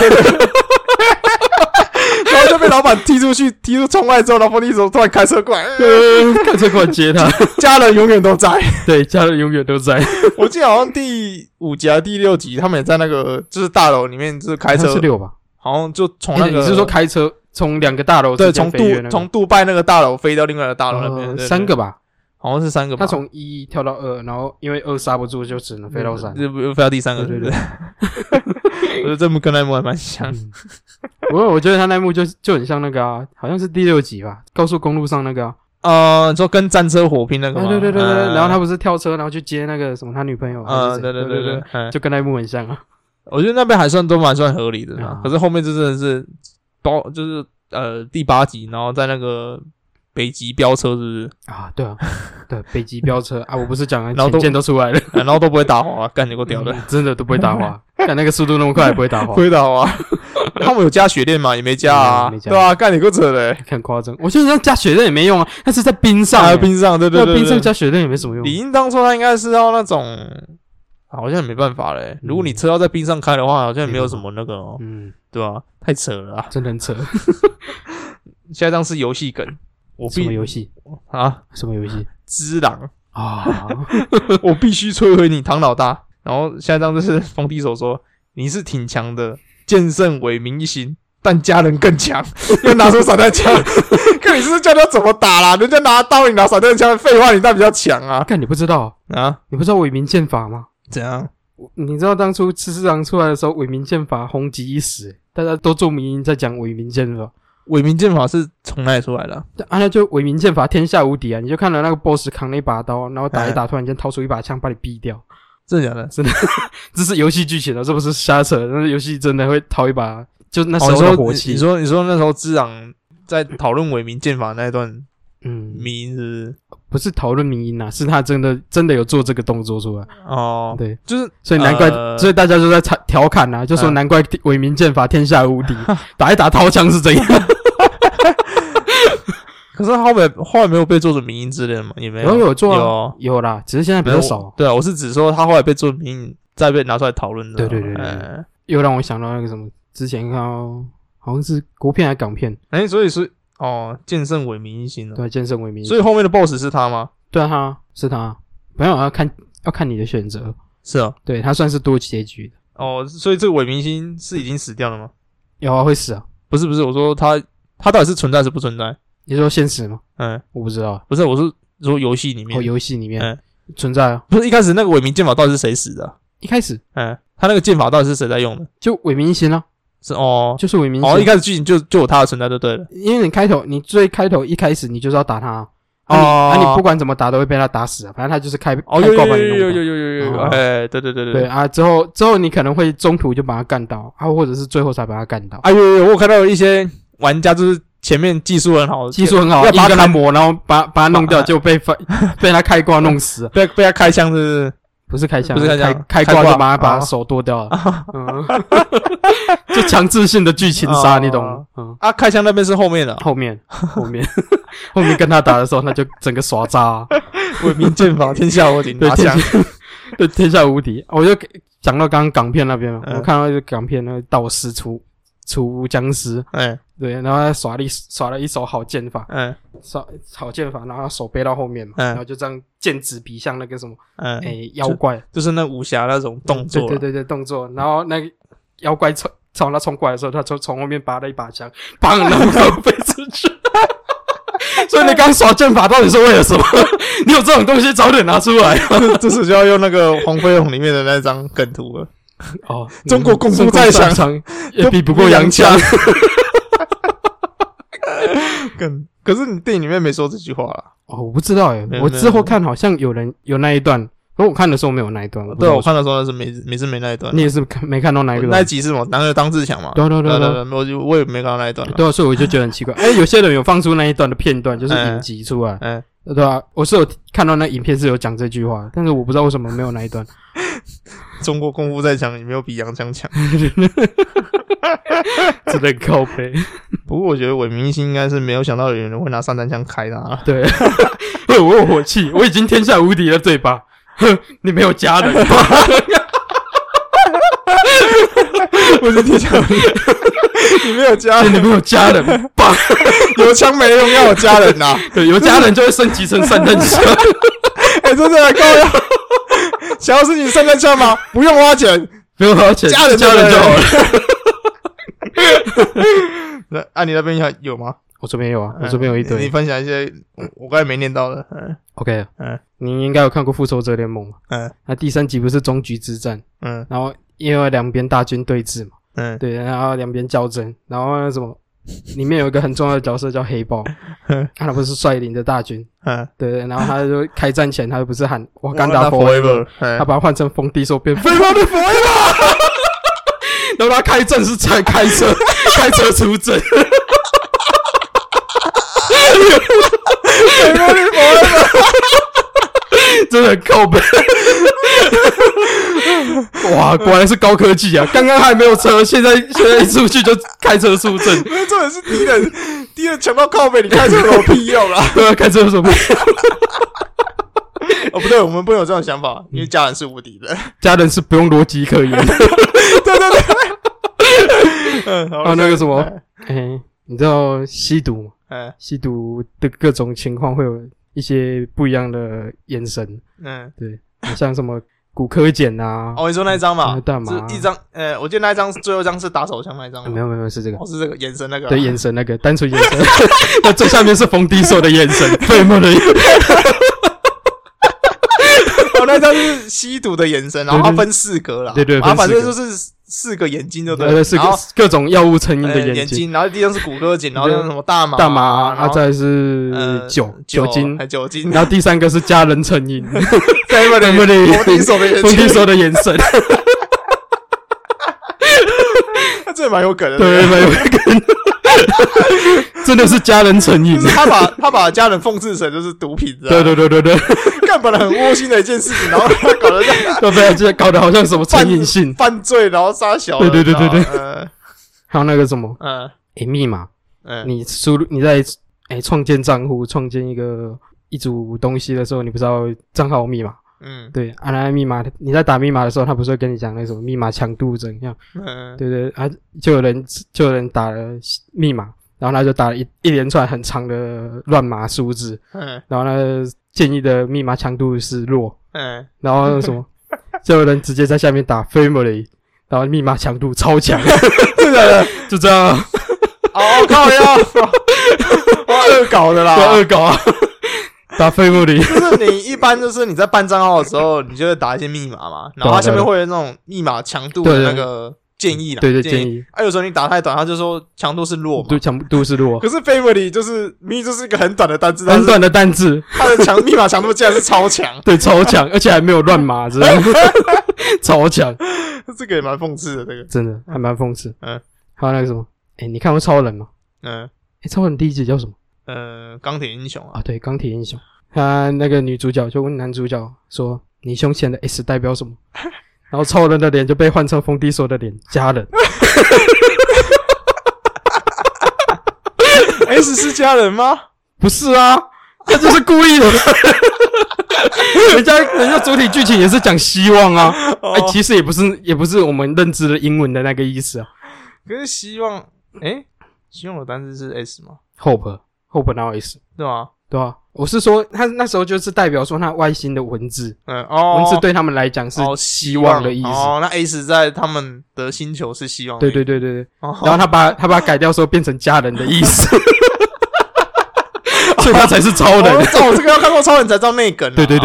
然后就被老板踢出窗外之后，然后冯迪所突然开车过来， 开车过来接他。 家人永远都在， 对，家人永远都在。 我记得好像第5集还是第6集，他们也在那个就是大楼里面，就是开车是6吧？ 好像就从那个你是说开车从2个大楼对，从杜拜那个大楼飞到另外的大楼那边 ，3个吧？ 好像是3个吧。 他从1跳到2，然后因为2刹不住，就只能飞到3， 就飞到第3个。对。我觉得这幕跟那幕还蛮像。 我觉得他那幕就很像那个好像是第6集吧，高速公路上那个你说跟战车火拼那个吗？ 对，然后他不是跳车，然后去接那个什么他女朋友对，就跟那幕很像啊。 我觉得那边还算合理的可是后面就真的是就是第8集，然后在那个北极飙车是不是对啊，对，北极飙车我不是讲了，潜舰都出来了， 然后都不会打滑，干你给我屌的， 真的都不会打滑，干那个速度那么快，不会打滑， 不会打滑。他们有加雪链吗？也没加对啊，干你个扯的， 很夸张。我现在加雪链也没用啊，那是在冰上， 冰上，对， 冰上加雪链也没什么用。 理应当说他应该是要那种，好像也没办法嘞。如果你车要在冰上开的话，好像也没有什么那个对吧？太扯了真的很扯。 下一张是游戏梗， 什么游戏什么游戏？ 只狼我必须摧毁你，唐老大。然后下一张就是冯迪所说，你是挺强的。剑圣伟明一心，但家人更强。又拿出散弹枪，看你是教他怎么打啦？人家拿刀，你拿散弹枪，废话，你当然比较强啊！ 看你不知道你不知道伟明剑法吗？ 怎样？ 你知道当初赤四郎出来的时候，伟明剑法红极一时，大家都做迷因在讲伟明剑法。 伟明剑法是从哪里出来的？ 那就伟明剑法天下无敌啊！你就看到那个 boss 扛了一把刀，然后打一打，突然间掏出一把枪把你毙掉。 真的假的？ 真的，这是游戏剧情这不是瞎扯。但是游戏真的会掏一把，就那时候的火气。 你说那时候之昂在讨论伟明剑法那一段，迷因是不是讨论迷因是他真的有做这个动作出来对， 就是所以难怪，所以大家就在调侃就说难怪伟明剑法天下无敌，打一打掏枪是怎样。 可是后来没有被做成迷因之类的吗？也没有， 有做有啦，只是现在比较少。 对啊，我是指说他后来被做成迷因，再被拿出来讨论的。 对，又让我想到那个什么，之前看到好像是国片还是港片， 所以是剑圣伟明一心对，剑圣伟明， 所以后面的 BOSS 是他吗？ 对啊，是他。没有要看你的选择。 是啊， 对，他算是多结局的。 所以这个伟明星是已经死掉了吗？ 有会死啊？ 不是，我说他到底是存在还是不存在？ 你说现实吗？我不知道。 不是，我是说游戏里面。 游戏里面存在啊。 不是一开始那个伟明剑法到底是谁死的？ 一开始， 他那个剑法到底是谁在用的？ 就伟明一心啊。 是就是伟明一心。 一开始剧情就有他的存在就对了。 因为你最开头一开始你就是要打他， 你不管怎么打都会被他打死啊，反正他就是开挂把你弄到。 有， 对啊，之后你可能会中途就把他干到啊，或者是最后才把他干到。 我有看到一些玩家就是前面技术很好， 要跟他磨，然后把他弄掉，就被他开挂弄死， 被他开枪是。 不是开枪，开挂就把他手剁掉了，就强制性的剧情杀，你懂吗？ 开枪那边是后面的， 后面跟他打的时候，那就整个耍渣， 伪名剑法天下无敌，拿枪， 对天下无敌。我就讲到刚刚港片那边，我看到一个港片，那个道士除僵尸，对，然后他耍了一手好剑法，耍好剑法，然后手背到后面嘛，然后就这样剑指比向那个什么，妖怪， 就是那武侠那种动作， 对动作，然后那个妖怪朝他冲过来的时候，他从后面拔了一把枪，砰，然后飞出去。所以你刚耍剑法到底是为了什么？你有这种东西早点拿出来。 这时就要用那个黄飞鸿里面的那张梗图了。中国功夫再强也比不过洋枪。 可是你电影里面没说这句话啦。 我不知道我之后看好像有人有那一段，可我看的时候没有那一段。 对，我看的时候是没那一段。 你也是没看到那一段？ 那一集是什么？当自强嘛？ 对， 我也没看到那一段。 对，所以我就觉得很奇怪。有些人有放出那一段的片段，就是影集出来。对啊，我是有看到那影片是有讲这句话，但是我不知道为什么没有那一段。 中国功夫再强，也没有比洋枪强。 真的靠背。 不过我觉得伪明星应该是没有想到有人会拿散弹枪开他。 对，我有火气，我已经天下无敌了，对吧？你没有家人。 我是天下无敌。你没有家人， 你没有家人，棒！ 有枪没用，要有家人呐。 对，有家人就会升级成散弹枪。 真的很高呀！想要申请散弹枪吗？不用花钱，家人就好了。你那边有吗？ 我这边有啊，我这边有一堆。 你分享一些我刚才没念到的。 OK，你应该有看过《复仇者联盟》嘛？那第3集不是终局之战？然后因为两边大军对峙嘛，对，然后两边交争，然后那什么，里面有一个很重要的角色叫黑豹，他不是率领的大军，对，然后他就开战前，他不是喊瓦干达 forever， 他把它换成风地兽变 forever， 然后他开战是开车出征。真的很靠北。哇，果然是高科技啊！刚刚还没有车，现在一出去就开车出征。 因为重点是敌人抢到靠北，你开车有什么屁用啦？ 对啊，开车有什么屁用？ 不对，我们不能有这种想法，因为家人是无敌的， 家人是不用逻辑可言的。 对。 那个什么，你知道吸毒吗？吸毒的各种情况会有一些不一样的眼神。对，像什么骨科碱啊。 你说那一张嘛？ 大麻。 是一张，我记得那一张最后一张是打手枪那一张。 没有，是这个。 是这个眼神那个。 对，眼神那个，单纯眼神。那最下面是冯迪手的眼神，废物的眼神。 那张是吸毒的眼神，然后它分4格啦。 对， 反正就是4个眼睛，对不对？ 是各种药物成因的眼睛。 然后第一张是骨科碱，然后什么大麻， 然后再是酒精，然后第3个是家人成因。 冯迪手的眼神。 他这蛮有梗的， 对，蛮有梗的。真的是家人成瘾， 他把家人讽刺成就是毒品， 对， 干本来很窝心的一件事情，然后他搞得对，搞得好像什么成瘾性犯罪，然后杀小， 对，还有那个什么，密码，你在创建账户、创建一组东西的时候，你不知道账号密码。对，那密码，你在打密码的时候，他不是会跟你讲那种密码强度怎样？对，就有人打了密码，然后他就打了一连串很长的乱码数字，然后他建议的密码强度是弱，然后什么，就有人直接在下面打 family， 然后密码强度超强， 真的就这样。 靠呀，恶搞的啦， 恶搞啊。打废物里， 就是你一般就是你在办账号的时候，你就会打一些密码嘛，然后它下面会有那种密码强度的那个建议啦， 对对建议。 有时候你打太短，他就说强度是弱嘛， 对，强度是弱。 可是 family 就是明明就是一个很短的单字， 很短的单字， 它的密码强度竟然是超强， 对，超强，而且还没有乱码，真的超强。 这个也蛮讽刺的，这个真的还蛮讽刺。还有那个什么，你看过超人吗？超人第一集叫什么？ 钢铁英雄啊， 对，钢铁英雄。他那个女主角就问男主角说：“你胸前的 S 代表什么？”然后超人的脸就被换成冯迪索的脸，家人。 S 是家人吗？ 不是啊，他就是故意的。人家主体剧情也是讲希望啊，其实也不是我们认知的英文的那个意思啊。 可是希望，希望的单字是 S 吗 ？Hope 哪有 S？ 对吗？ 对啊，我是说，他那时候就是代表说他外星的文字，文字对他们来讲是希望的意思。 那 S 在他们的星球是希望的意思。对。然后他把它改掉说变成家人的意思。所以他才是超人。 我这个要看过超人才知道内梗。 对。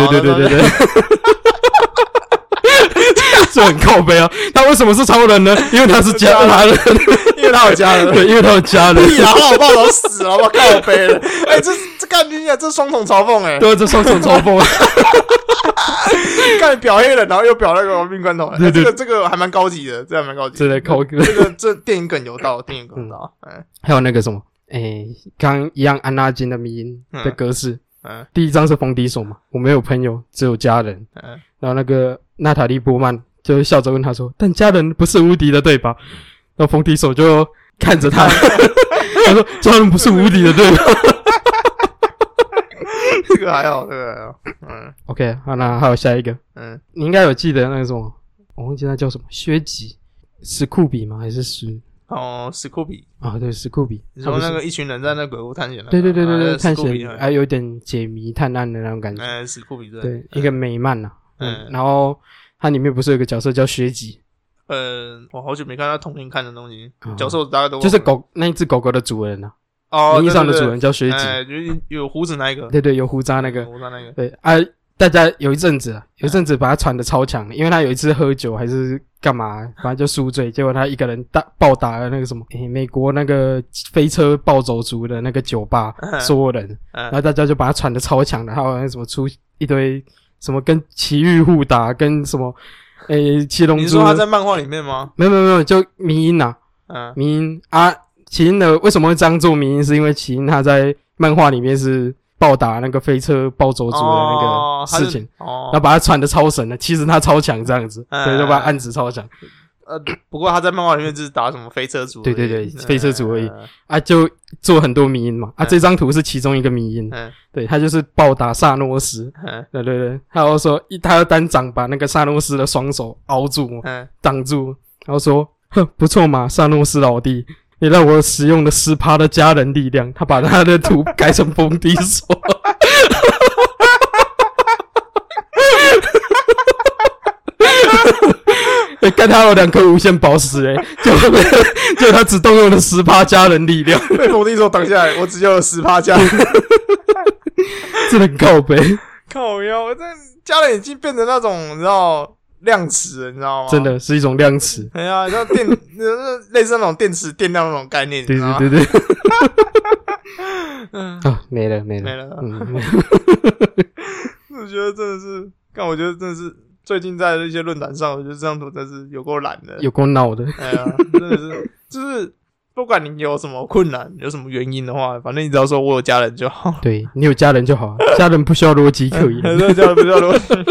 这很靠背啊！他为什么是超人呢？因为他是家人， 因为他有家人， 对，因为他有家人。 屁啦，好报都死了，好不好？靠背了。这干你啊！这双重嘲讽对，这双重嘲讽。 干表黑人，然后又表那个亡命关头。这个还蛮高级的，这还蛮高级的。这电影梗有道， 还有那个什么，刚一样安纳金的迷因的格式。第一张是冯迪索嘛，我没有朋友，只有家人。然后那个娜塔莉波曼就笑着问他说：“但家人不是无敌的，对吧？”然后冯迪索就看着他，他说：“家人不是无敌的，对吧？” 这个还好， OK， 好，那还有下一个。你应该有记得那个什么，我忘记他叫什么，薛吉、史库比吗？还是史库比啊？对，史库比。 你说那个一群人在那鬼屋探险？ 对，探险，还有点解谜探案的那种感觉。 史库比对，一个美漫呐。然后它里面不是有个角色叫薛吉？ 我好久没看他童年看的东西，角色我大概都就是那一只狗狗的主人呐。名义上的主人叫薛吉， 就是有胡子那一个。 对，有胡渣那个。对大家有一阵子把他传的超强，因为他有一次喝酒还是干嘛，反正就宿醉，结果他一个人暴打了那个什么，美国那个飞车暴走族的那个酒吧所有人，然后大家就把他传的超强的，还有那什么出一堆什么跟奇遇互打，跟什么七龙珠。 你说他在漫画里面吗？ 没有，就迷因啊，迷因啊，奇因的为什么会这样做迷因，是因为奇因他在漫画里面是暴打那个飞车暴走族的那个事情，然后把他传的超神的，其实他超强这样子，所以就把他暗指超强。 不过他在漫画里面就是打什么飞车族， 对，飞车族而已就做很多迷因嘛。这张图是其中一个迷因，对，他就是暴打萨诺斯，对，他又说他要单掌把那个萨诺斯的双手凹住，挡住，然后说哼，不错嘛，萨诺斯老弟。你让我使用了10%的家人力量，他把他的图改成冯迪索。看他有2颗无限宝石就他只动用了10%家人力量， 被冯迪索挡下来，我只有了10%家人， 真的很靠北， 靠腰，这家人已经变成那种你知道量词了，你知道吗？ 真的是一种量词。 对啊，像类似那种电池电量那种概念， 对。没了。 我觉得真的是，我觉得真的是最近在一些论坛上，我觉得这张图真是有够懒的， 有够闹的。 哎呀，真的是，就是不管你有什么困难，有什么原因的话，反正你只要说我有家人就好。 对，你有家人就好，家人不需要逻辑可言。 家人不需要逻辑。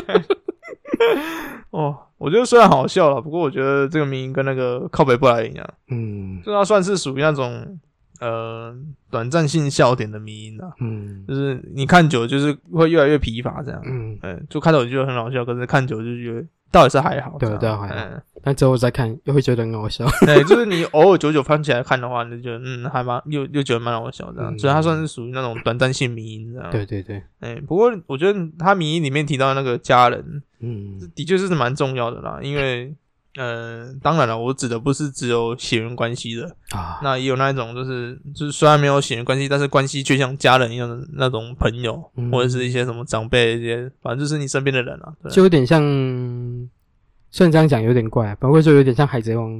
我觉得虽然好笑了，不过我觉得这个迷因跟那个靠北布莱一样，就它算是属于那种短暂性笑点的迷因啊，就是你看久就是会越来越疲乏这样，就看到我就觉得很好笑，可是看久就觉得到底是还好， 对，还好，但之后再看又会觉得很好笑， 对，就是你偶尔久久翻起来看的话，你就觉得还蛮又觉得蛮好笑这样，所以它算是属于那种短暂性迷因这样， 对， 不过我觉得他迷因里面提到那个家人，的确是蛮重要的啦，因为当然了，我指的不是只有血缘关系的啊，那也有那一种就是虽然没有血缘关系，但是关系却像家人一样的那种朋友，或者是一些什么长辈一些，反正就是你身边的人啊， 就有点像，虽然这样讲有点怪，包括就有点像海贼王，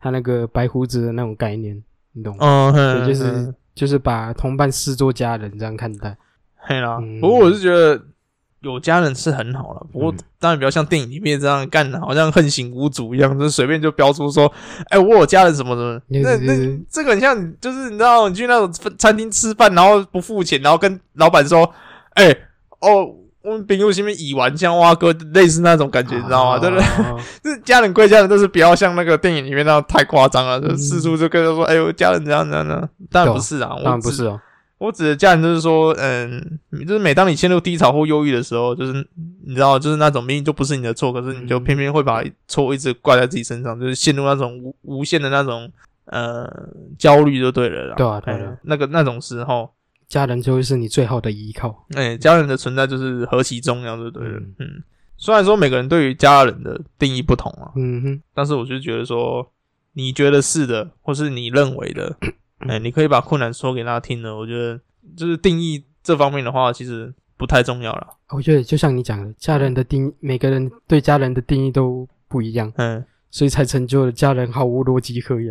他那个白胡子的那种概念，你懂吗？ 哦， 对，就是把同伴视作家人这样看待。 嘿啦，不过我是觉得有家人是很好啦，不过当然不要像电影里面这样干，好像横行无阻一样，就是随便就标出说，我有家人什么的。那这个很像，就是你知道，你去那种餐厅吃饭，然后不付钱，然后跟老板说，我们朋友前面以玩像蛙哥，类似那种感觉，你知道吗？对不对？就是家人归家人，但是不要像那个电影里面那样太夸张了，就四处就跟他说，我家人怎样怎样的。当然不是啊， 当然不是哦。 我指的家人就是说，就是每当你陷入低潮或忧郁的时候，就是你知道，就是那种明明就不是你的错，可是你就偏偏会把错一直怪在自己身上，就是陷入那种无限的那种焦虑就对了啦。 对啊，对啊， 那种时候， 家人就会是你最好的依靠。 家人的存在就是何其重要就对了。虽然说每个人对于家人的定义不同啊，但是我就觉得说，你觉得是的，或是你认为的。你可以把困难说给他听的，我觉得就是定义这方面的话，其实不太重要啦。 我觉得就像你讲的，家人的定义，每个人对家人的定义都不一样，所以才成就了家人毫无逻辑可言。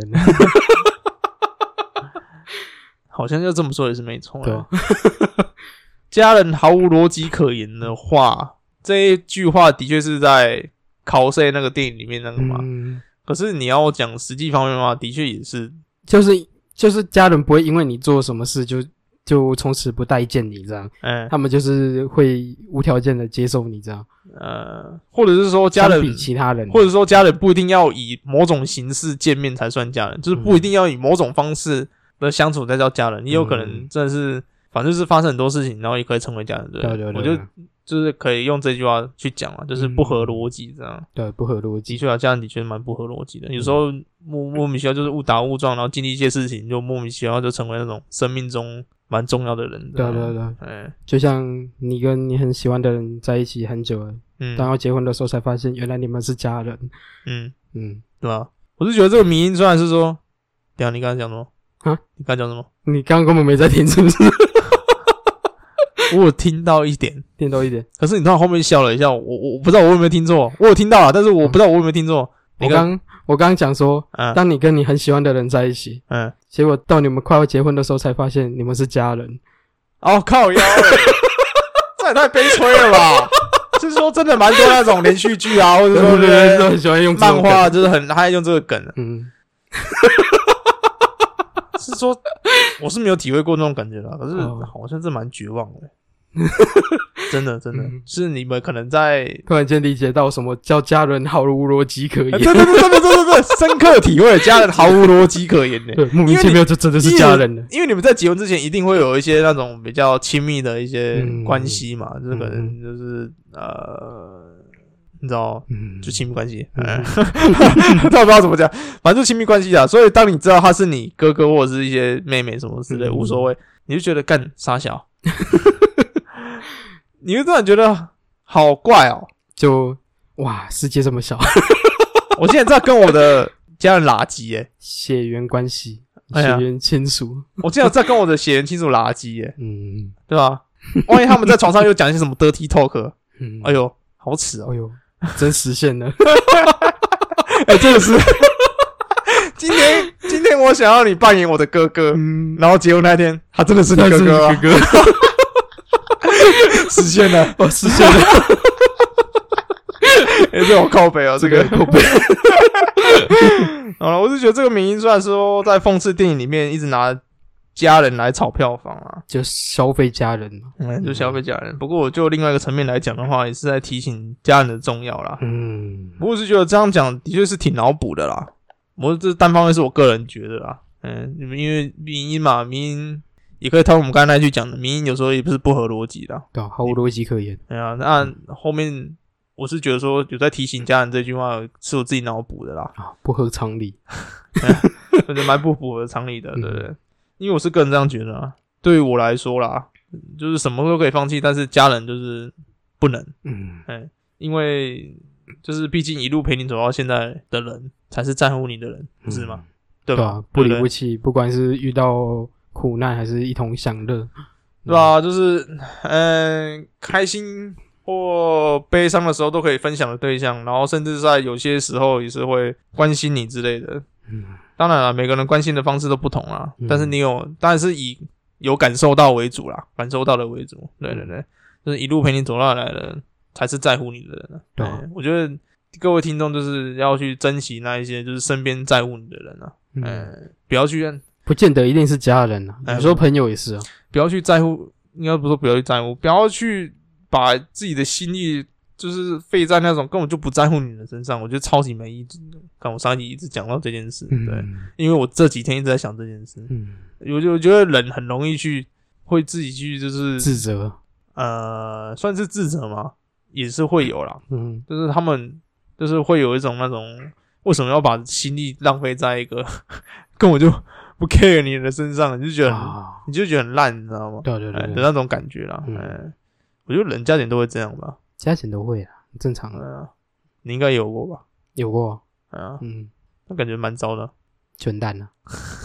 好像就这么说也是没错的。家人毫无逻辑可言的话，这一句话的确是在考试那个电影里面那个嘛。可是你要讲实际方面的话，的确也是， 就是家人不会因为你做什么事就从此不待见你这样，他们就是会无条件的接受你这样， 或者是说家人相比其他人， 或者说家人不一定要以某种形式见面才算家人，就是不一定要以某种方式的相处才叫家人，也有可能真的是，反正就是发生很多事情，然后也可以成为家人。对，我觉得就是可以用这句话去讲啊，就是不合逻辑这样。 对，不合逻辑。 的确啊，家人的确蛮不合逻辑的。有时候莫名其妙就是误打误撞，然后经历一些事情，就莫名其妙就成为那种生命中蛮重要的人。 对，就像你跟你很喜欢的人在一起很久了，当要结婚的时候才发现，原来你们是家人。 对吧？我是觉得这个迷因虽然是说，等一下你刚才讲什么？你刚才讲什么？ 你刚刚根本没在听，是不是？ 我有听到一点，可是你突然后面笑了一下，我不知道我有没有听错，我有听到啦，但是我不知道我有没有听错。 我刚讲说，当你跟你很喜欢的人在一起，结果到你们快要结婚的时候才发现你们是家人。 靠腰这也太悲催了吧！就是说真的蛮多那种连续剧啊，或者说都很喜欢用漫画，就是很爱用这个梗。是说我是没有体会过那种感觉啦，可是好像是蛮绝望的。真的，是你们可能在突然间理解到什么叫家人毫无逻辑可言。 对，深刻体会家人毫无逻辑可言的。 对，莫名其妙就真的是家人了。 因为你们在结婚之前一定会有一些那种比较亲密的一些关系嘛，就是可能就是你知道，就亲密关系，不知道怎么讲，反正就亲密关系啊。所以当你知道他是你哥哥或者是一些妹妹什么之类，无所谓，你就觉得干傻小，你就突然觉得好怪哦， 就哇，世界这么小。 我现在在跟我的家人垃圾血缘关系，血缘亲属， 我现在在跟我的血缘亲属垃圾对吧？万一他们在床上又讲一些什么 dirty talk，哎呦，好耻哦， 哎呦。真实现了。 真的是。今天我想要你扮演我的哥哥，然后结婚那天他真的是你哥哥啊。实现了， 实现了。 这好靠北啊，这个靠北。好了，我是觉得这个名音虽然说在讽刺电影里面一直拿家人来炒票房啊， 就消费家人嘛， 就消费家人。不过我就另外一个层面来讲的话，也是在提醒家人的重要啦。不过我是觉得这样讲的确是挺脑补的啦。我这单方面是我个人觉得啦。因为民音嘛，民音也可以套我们刚才那句讲的，民音有时候也不是不合逻辑的， 对，毫无逻辑可言。 那后面我是觉得说有在提醒家人这句话是我自己脑补的啦， 不合常理， 我觉得蛮不符合常理的，对不对？因为我是个人这样觉得啊，对于我来说啦，就是什么都可以放弃，但是家人就是不能，因为就是毕竟一路陪你走到现在的人，才是在乎你的人，不是吗？对吧？ 不离不弃，不管是遇到苦难还是一同享乐， 对吧？就是开心或悲伤的时候都可以分享的对象，然后甚至在有些时候也是会关心你之类的。 当然了，每个人关心的方式都不同啦，但是当然是以有感受到为主啦，感受到的为主。对对对，就是一路陪你走到来的才是在乎你的人啊。对，我觉得各位听众就是要去珍惜那一些就是身边在乎你的人啊。不要去， 不见得一定是家人啊，有时候朋友也是啊。 不要去在乎，应该不是说不要去在乎，不要去把自己的心力就是费在那种根本就不在乎你的身上，我觉得超级没意义。看我上一集一直讲到这件事，对，因为我这几天一直在想这件事，我觉得人很容易会自己去就是自责， 算是自责吗？也是会有啦，就是他们就是会有一种那种为什么要把心力浪费在一个根本就不 care 你的身上，你就觉得很烂，你知道吗？ 对对对， 的那种感觉啦。我觉得人家庭都会这样吧。 家庭都会啊，正常的。 你应该有过吧？ 有过。 那感觉蛮糟的。 全蛋了。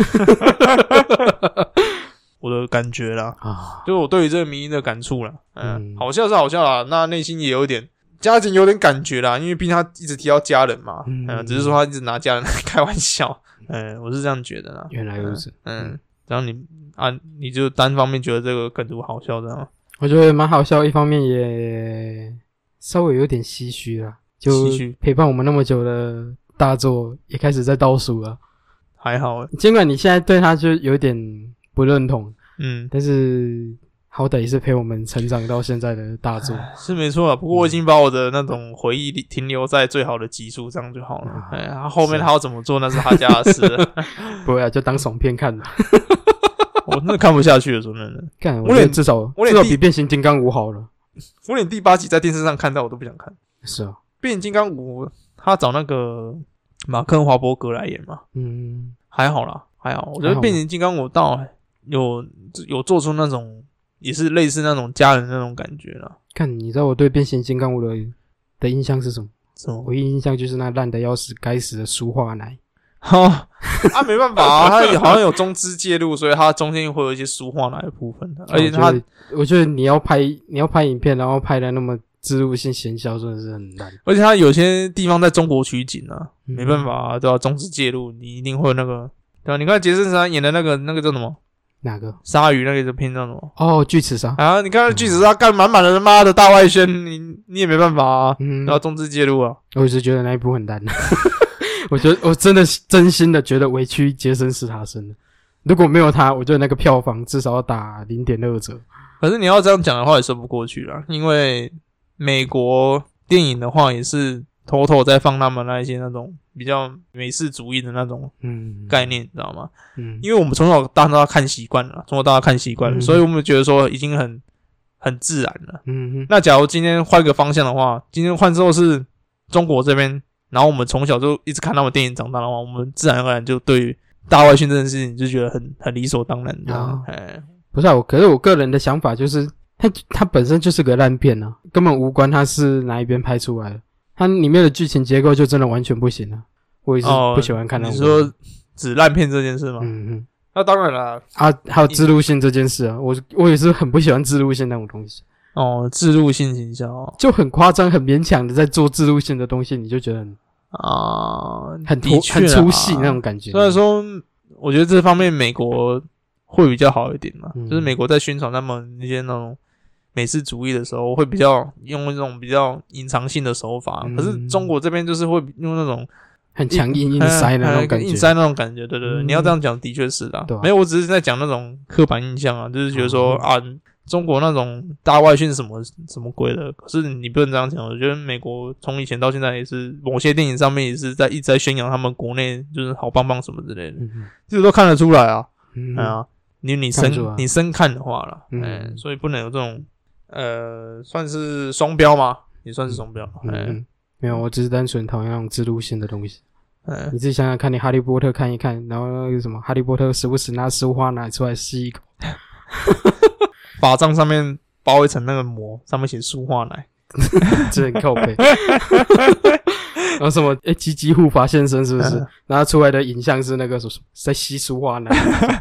我的感觉啦，就我对于这个迷因的感触啦。好笑是好笑啦，那内心也有点家庭有点感觉啦，因为毕竟他一直提到家人嘛。只是说他一直拿家人来开玩笑。我是这样觉得啦。 原来如此。 然后你就单方面觉得这个梗图好笑，这样。 我觉得蛮好笑，一方面也稍微有点唏嘘啦，就陪伴我们那么久的大作也开始在倒数了。 还好尽管你现在对他就有点不认同，但是好歹也是陪我们成长到现在的大作， 是没错啦。不过我已经把我的那种回忆停留在最好的集数，这样就好了。后面他要怎么做那是他家的事了。 不会啊，就当爽片看了。 我真的看不下去了，说真的。 干，我觉得至少比变形金刚5好了。 我连第8集在电视上看到我都不想看。 是啊， 变形金刚5他找那个马克华伯格来演嘛，还好啦，还好。我觉得变形金刚我倒有做出那种也是类似那种家人那种感觉啦。 看，你知道我对变形金刚5的印象是什么？我印象就是那烂的要死该死的舒化奶。 没办法啊，他好像有中资介入，所以他中间会有一些舒化奶的部分。而且我觉得你要拍影片，然后拍的那么植入性行销，真的是很烂。 而且他有些地方在中国取景啊，没办法啊，对吧？中资介入，你一定会有那个，对吧？你看杰森·斯坦演的那个叫什么？ 哪个？ 鲨鱼那个就偏叫什么？ 哦，巨齿鲨啊！你看巨齿鲨干满满的他妈的大外宣，你也没办法啊，然后中资介入啊。 我是觉得那一部很烂。我觉得我真心的觉得委屈杰森·斯坦森了。如果没有他，我觉得那个票房至少要打 0.2 折。 可是你要这样讲的话也说不过去啦，因为美国电影的话也是偷偷在放他们那一些那种比较美式主义的那种概念，你知道吗？因为我们从小到大看习惯了，所以我们觉得说已经很自然了。那假如今天换个方向的话，今天换之后是中国这边。然后我们从小就一直看他们电影长大的话，我们自然而然就对于大外宣这件事情就觉得很理所当然的。 不是啊，可是我个人的想法就是，它本身就是个烂片啊，根本无关它是哪一边拍出来的，它里面的剧情结构就真的完全不行啊。我也是不喜欢看那种。 你说指烂片这件事吗？那当然啦。 还有置入性这件事啊，我也是很不喜欢置入性那种东西。 置入性行销就很夸张、很勉强的在做置入性的东西，你就觉得很粗细那种感觉。 虽然说，我觉得这方面美国会比较好一点嘛，就是美国在宣传他们那些那种美式主义的时候，会比较用那种比较隐藏性的手法。可是中国这边就是会用那种很强硬塞的那种感觉， 硬塞那种感觉。对对对，你要这样讲的确是的。没有，我只是在讲那种刻板印象啊，就是觉得说中国那种大外宣什么鬼的，可是你不能这样讲。我觉得美国从以前到现在也是某些电影上面也是一直在宣扬他们国内就是好棒棒什么之类的，这个都看得出来啊。你深看的话啦，所以不能有这种算是双标吗？也算是双标。 没有，我只是单纯讨厌那种制度性的东西。你自己想想看，你哈利波特看一看，然后那个什么哈利波特时不时拿石花拿出来吸一口。 法杖上面包一层那个膜，上面写舒化奶， 这很靠北。然后什么鸡鸡护法现身是不是？然后出来的影像是那个在吸舒化奶，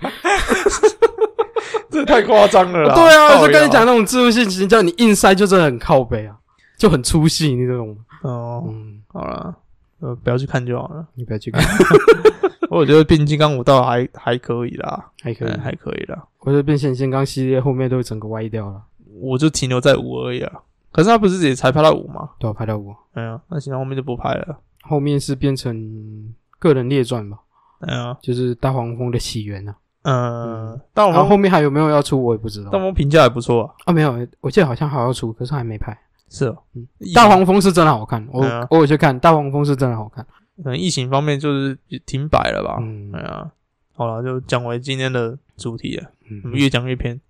这太夸张了啦。 对啊，我就跟你讲那种置入性行销，你硬塞就真的很靠北啊，就很粗细，你这种。 好啦，不要去看就好了。 你不要去看。 我觉得变形金刚5倒还可以啦， 还可以， 还可以啦。 我觉得变形金刚系列后面都整个歪掉了， 我就停留在5而已啊。可是他不是也才拍到5吗？ 对啊，拍到5。 那现在后面就不拍了。 后面是变成个人列传吧？就是大黄蜂的起源啊。 大黄蜂后面还有没有要出我也不知道。 大黄蜂评价还不错啊。 没有，我记得好像还要出，可是还没拍。 是哦， 大黄蜂是真的好看，我有去看，大黄蜂是真的好看。 可能疫情方面就是停摆了吧。好了，就讲回今天的主题了。我们越讲越偏。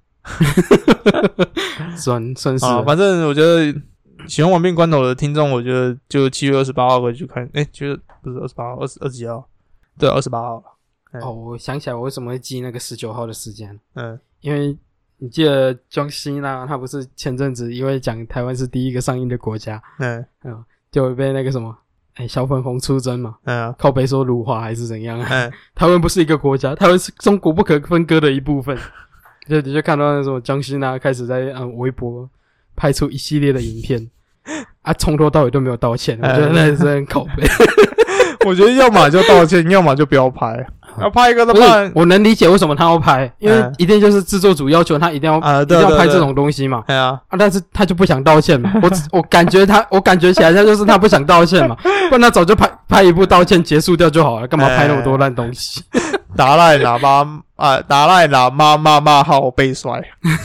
算是。 反正我觉得喜欢玩命关头的听众，我觉得就7月28号可以去看。觉得不是28号，20几号？对，28号。 我想起来我为什么会记那个19号的时间。因为你记得江西呢，他不是前阵子因为讲台湾是第一个上映的国家，就会被那个什么小粉红出征嘛，靠北说辱华还是怎样啊？台湾不是一个国家，台湾是中国不可分割的一部分。就你就看到那什么江西呢开始在微博拍出一系列的影片从头到尾都没有道歉，我觉得那是很靠北。 我觉得要么就道歉，要么就不要拍。要拍一个的话， 我能理解为什么他要拍，因为一定就是制作组要求他一定要一定要拍这种东西嘛。但是他就不想道歉嘛。我感觉起来他就是他不想道歉嘛，不然他早就拍一部道歉结束掉就好了，干嘛拍那么多烂东西？ 达赖喇嘛骂号被摔。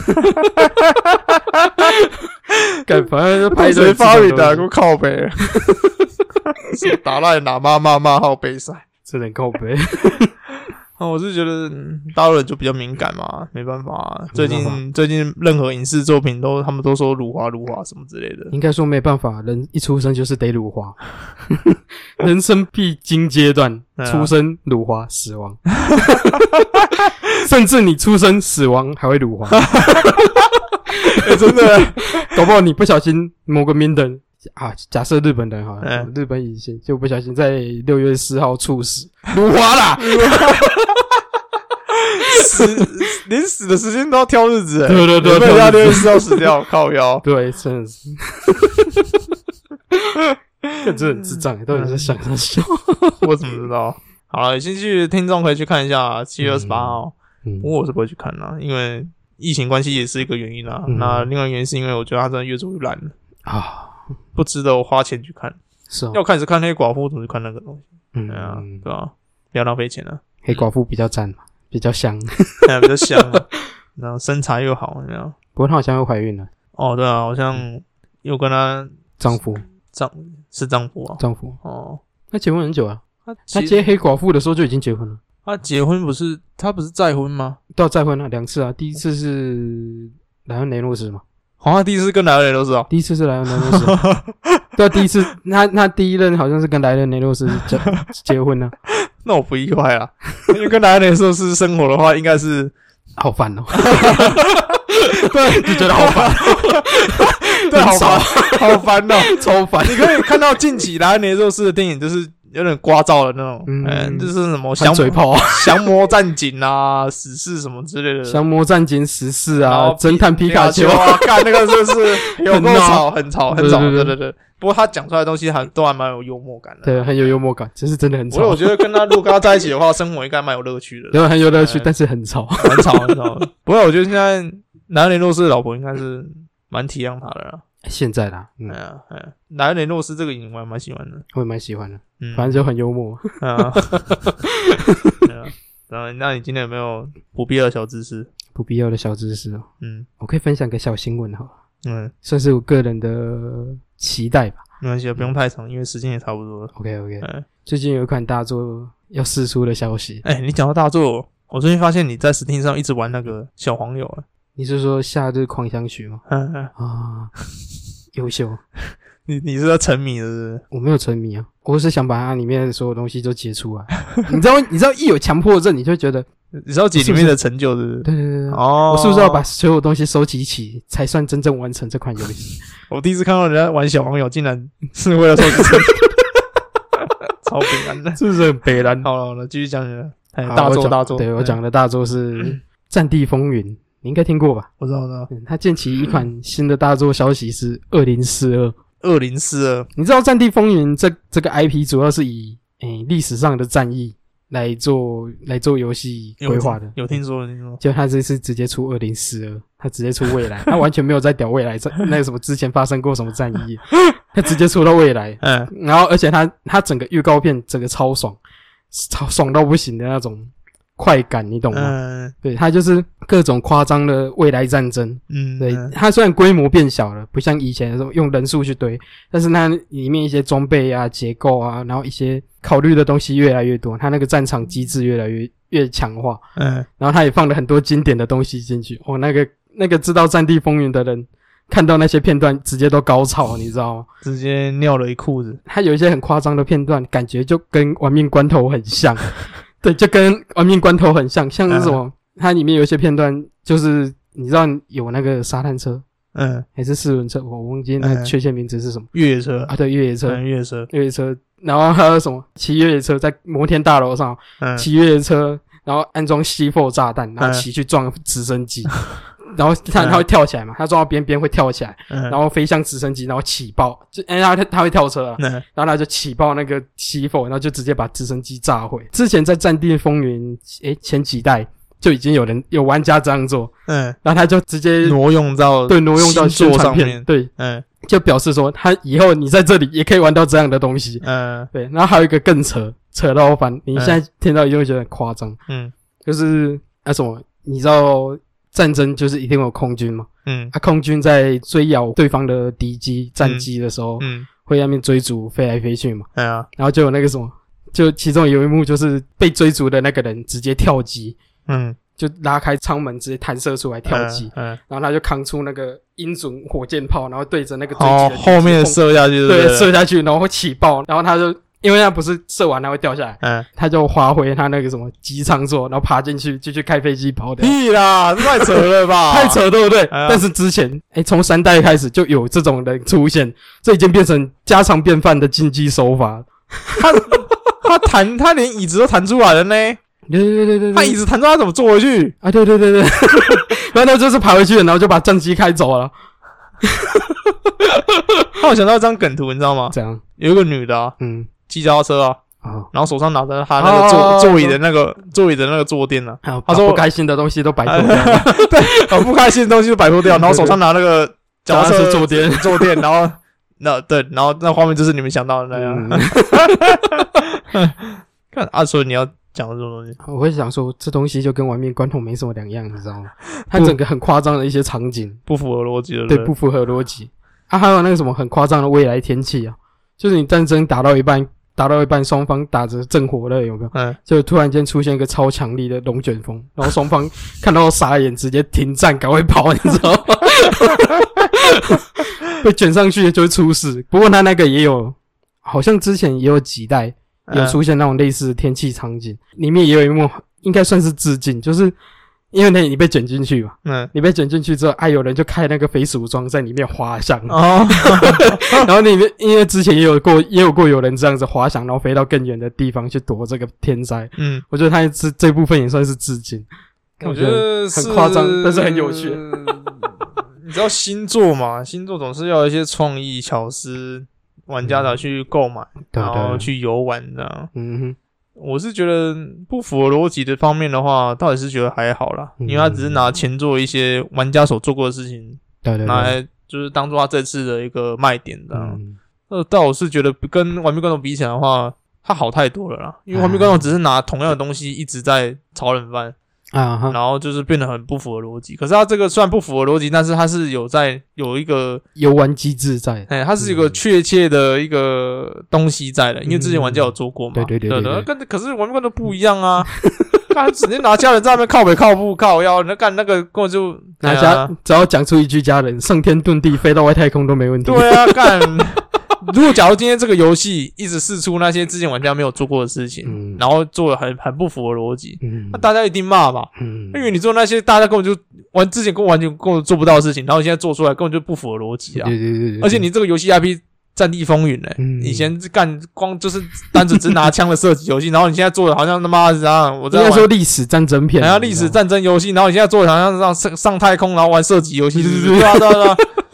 反正就拍谁发语的给我靠北。达赖喇嘛骂号被摔， 这点靠北。 我是觉得大陆人就比较敏感嘛，没办法。最近任何影视作品他们都说辱华什么之类的。 应该说没办法，人一出生就是得辱华。人生必经阶段，出生辱华死亡。甚至你出生死亡还会辱华。 真的， 搞不好你不小心某个名人假设日本人日本以前就不小心在6月4号猝死，辱华啦。 连死的时间都要挑日子。 对， 人家6月4号死掉，靠腰。 对，真的是。真的很智障，到底在想什么笑？ 我怎么知道？好了，有兴趣的听众可以去看一下7月28号。不过我是不会去看啦，因为疫情关系也是一个原因啦。那另外一个原因是因为我觉得他真的越做越烂了不值得我花钱去看。 是要看是看黑寡妇，怎么去看那个东西？对吧？不要浪费钱了。 黑寡妇比较赞嘛，比较香。 比较香嘛，然后身材又好， 不过她好像又怀孕了。 对啊，好像又跟她丈夫是丈夫啊。 丈夫她结婚很久啊。她接黑寡妇的时候就已经结婚了。 她结婚她不是再婚吗？ 对，再婚了2次啊。第一次是莱恩雷诺斯嘛。 他第一次跟莱恩雷诺斯第一次是莱恩雷诺斯。对，第一次他第一任好像是跟莱恩雷诺斯结婚了。 那我不意外啦，因为跟莱恩雷诺斯生活的话，应该是好烦哦。 对， 就觉得好烦。 对，好烦哦， 超烦。 你可以看到近期莱恩雷诺斯的电影，就是有点聒噪的那种，就是什么嘴炮降魔战警啊、死侍什么之类的。 降魔战警、死侍啊、侦探皮卡丘啊，干那个就是有够吵，很吵。对。不过他讲出来的东西都还蛮有幽默感的。 对，很有幽默感，只是真的很吵。 我觉得跟他如果跟他在一起的话，生活应该蛮有乐趣的。 对，很有乐趣，但是很吵， 很吵。不过我觉得现在莱恩雷诺斯的老婆应该是蛮体谅他的啦。 现在啦， 莱恩雷诺斯这个演员我还蛮喜欢的， 我也蛮喜欢的，反正就很幽默。 那你今天有没有不必要的小知识？ 不必要的小知识哦。我可以分享个小新闻好了。算是我个人的期待吧。 没关系，不用太长，因为时间也差不多了。 OK。最近有一款大作要释出的消息。 你讲到大作，我最近发现你在 Steam 上一直玩那个小黄油啊。 你是说夏日狂想曲吗？优秀。 你是在沉迷的是不是？ 我没有沉迷啊，我是想把它里面的所有东西都解出来。你知道一有强迫症，你就觉得你知道解里面的成就的。 对。我是不是要把所有东西收集起，才算真正完成这款游戏？ 我第一次看到人家玩小黄油，竟然是为了收集成就。超北蓝的， 是不是很北蓝？ 好了，继续讲你的大作。 对，我讲的大作是《战地风云》。你应该听过吧？ 我知道。 他建起一款新的大作消息是2042。 2042， 你知道《战地风云》这个 IP 主要是以历史上的战役来做游戏规划的， 有听说。 就他这次直接出2042，他直接出未来，他完全没有在屌未来那个什么之前发生过什么战役，他直接出到未来。然后而且他整个预告片整个超爽到不行的那种快感，你懂吗？对，他就是各种夸张的未来战争。对，他虽然规模变小了，不像以前的时候用人数去堆，但是它里面一些装备啊、结构啊，然后一些考虑的东西越来越多，他那个战场机制越来越强化。然后他也放了很多经典的东西进去。那个知道《战地风云》的人看到那些片段直接都高潮，你知道吗？ 直接尿了一裤子。 他有一些很夸张的片段，感觉就跟玩命关头很像。对，就跟玩命关头很像是什么？它里面有一些片段，就是你知道有那个沙滩车，还是4轮车，我忘记那确切名字是什么。 越野车啊，对，越野车， 越野车。 然后还有什么？骑越野车在摩天大楼上，骑越野车，然后安装 C4 炸弹，然后骑去撞直升机。然后他会跳起来嘛，他撞到边边会跳起来，然后飞向直升机，然后起爆，他会跳车啊，然后他就起爆那个C4，然后就直接把直升机炸毁。之前在《战地风云》前几代就已经有玩家这样做，然后他就直接挪用到宣传片，对，就表示说他以后你在这里也可以玩到这样的东西，对。然后还有一个更扯到翻，你现在听到一定会觉得很夸张，就是什么，你知道？战争就是一定有空军嘛，空军在追咬对方的敌机、战机的时候，会在那边追逐飞来飞去嘛，然后就有那个什么，就其中有一幕就是被追逐的那个人直接跳机，就拉开舱门直接弹射出来跳机，然后他就扛出那个鹰准火箭炮，然后对着那个追击的后面射下去， 对，射下去，然后会起爆，然后他就。因为他不是射完他会掉下来，他就滑回他那个什么机舱座，然后爬进去就去开飞机跑掉。 屁啦，太扯了吧？ 太扯，对不对？但是之前从3代开始就有这种人出现，这已经变成家常便饭的竞技手法。 他连椅子都弹出来了呢。 对， 他椅子弹出来他怎么坐回去啊？对，然后他就是爬回去，然后就把战机开走了。 他有想到一张梗图，你知道吗？ 怎样？ 有一个女的骑脚踏车然后手上拿着他那个座椅的那个坐垫啊， 他说不开心的东西都摆脱掉了， 对，不开心的东西都摆脱掉，然后手上拿那个脚踏车坐垫，然后然后那画面就是你们想到的那样。看阿叔，你要讲的这种东西， 我会想说，这东西就跟玩命关头没什么两样，你知道吗？它整个很夸张的一些场景， 不符合逻辑的， 对，不符合逻辑。还有那个什么很夸张的未来天气啊，就是你战争打到一半，双方打着正火热，有没有？就突然间出现一个超强力的龙卷风，然后双方看到傻眼，直接停战，赶快跑，你知道吗？被卷上去就会出事。不过他那个也有，好像之前也有几代有出现那种类似的天气场景，里面也有一幕应该算是致敬，就是因为你被卷进去嘛，你被卷进去之后，有人就开那个飞鼠装在里面滑翔，然后里面因为之前也有过有人这样子滑翔，然后飞到更远的地方去躲这个天灾，我觉得他这部分也算是致敬， 我觉得很夸张，但是很有趣。 你知道星座嘛？星座总是要有一些创意巧思，玩家才去购买，然后去游玩这样。我是觉得不符合逻辑的方面的话，倒也是觉得还好啦，因为他只是拿前作一些玩家所做过的事情，拿来就是当做他这次的一个卖点这样。但我是觉得跟玩命关头比起来的话，它好太多了啦。因为玩命关头只是拿同样的东西一直在炒冷饭然后就是变得很不符合逻辑。可是它这个虽然不符合逻辑，但是它是有一个游玩机制在， 它是一个确切的一个东西在的，因为之前玩家有做过嘛。 对， 可是玩命关头不一样啊。他直接拿家人在那边靠北靠步靠腰，那干那个根本就只要讲出一句家人上天遁地飞到外太空都没问题。 对啊，干。如果假如今天这个游戏一直释出那些之前玩家没有做过的事情，然后做得很不符合逻辑，那大家一定骂嘛。因为你做那些大家根本就之前完全做不到的事情，然后现在做出来根本就不符合逻辑啊。 对， 而且你这个游戏 IP 战地风云以前光就是单纯只拿枪的射击游戏，然后你现在做的好像他妈是这样，我应该说历史战争片， 好像历史战争游戏，然后你现在做的好像上太空，然后玩射击游戏，对啊，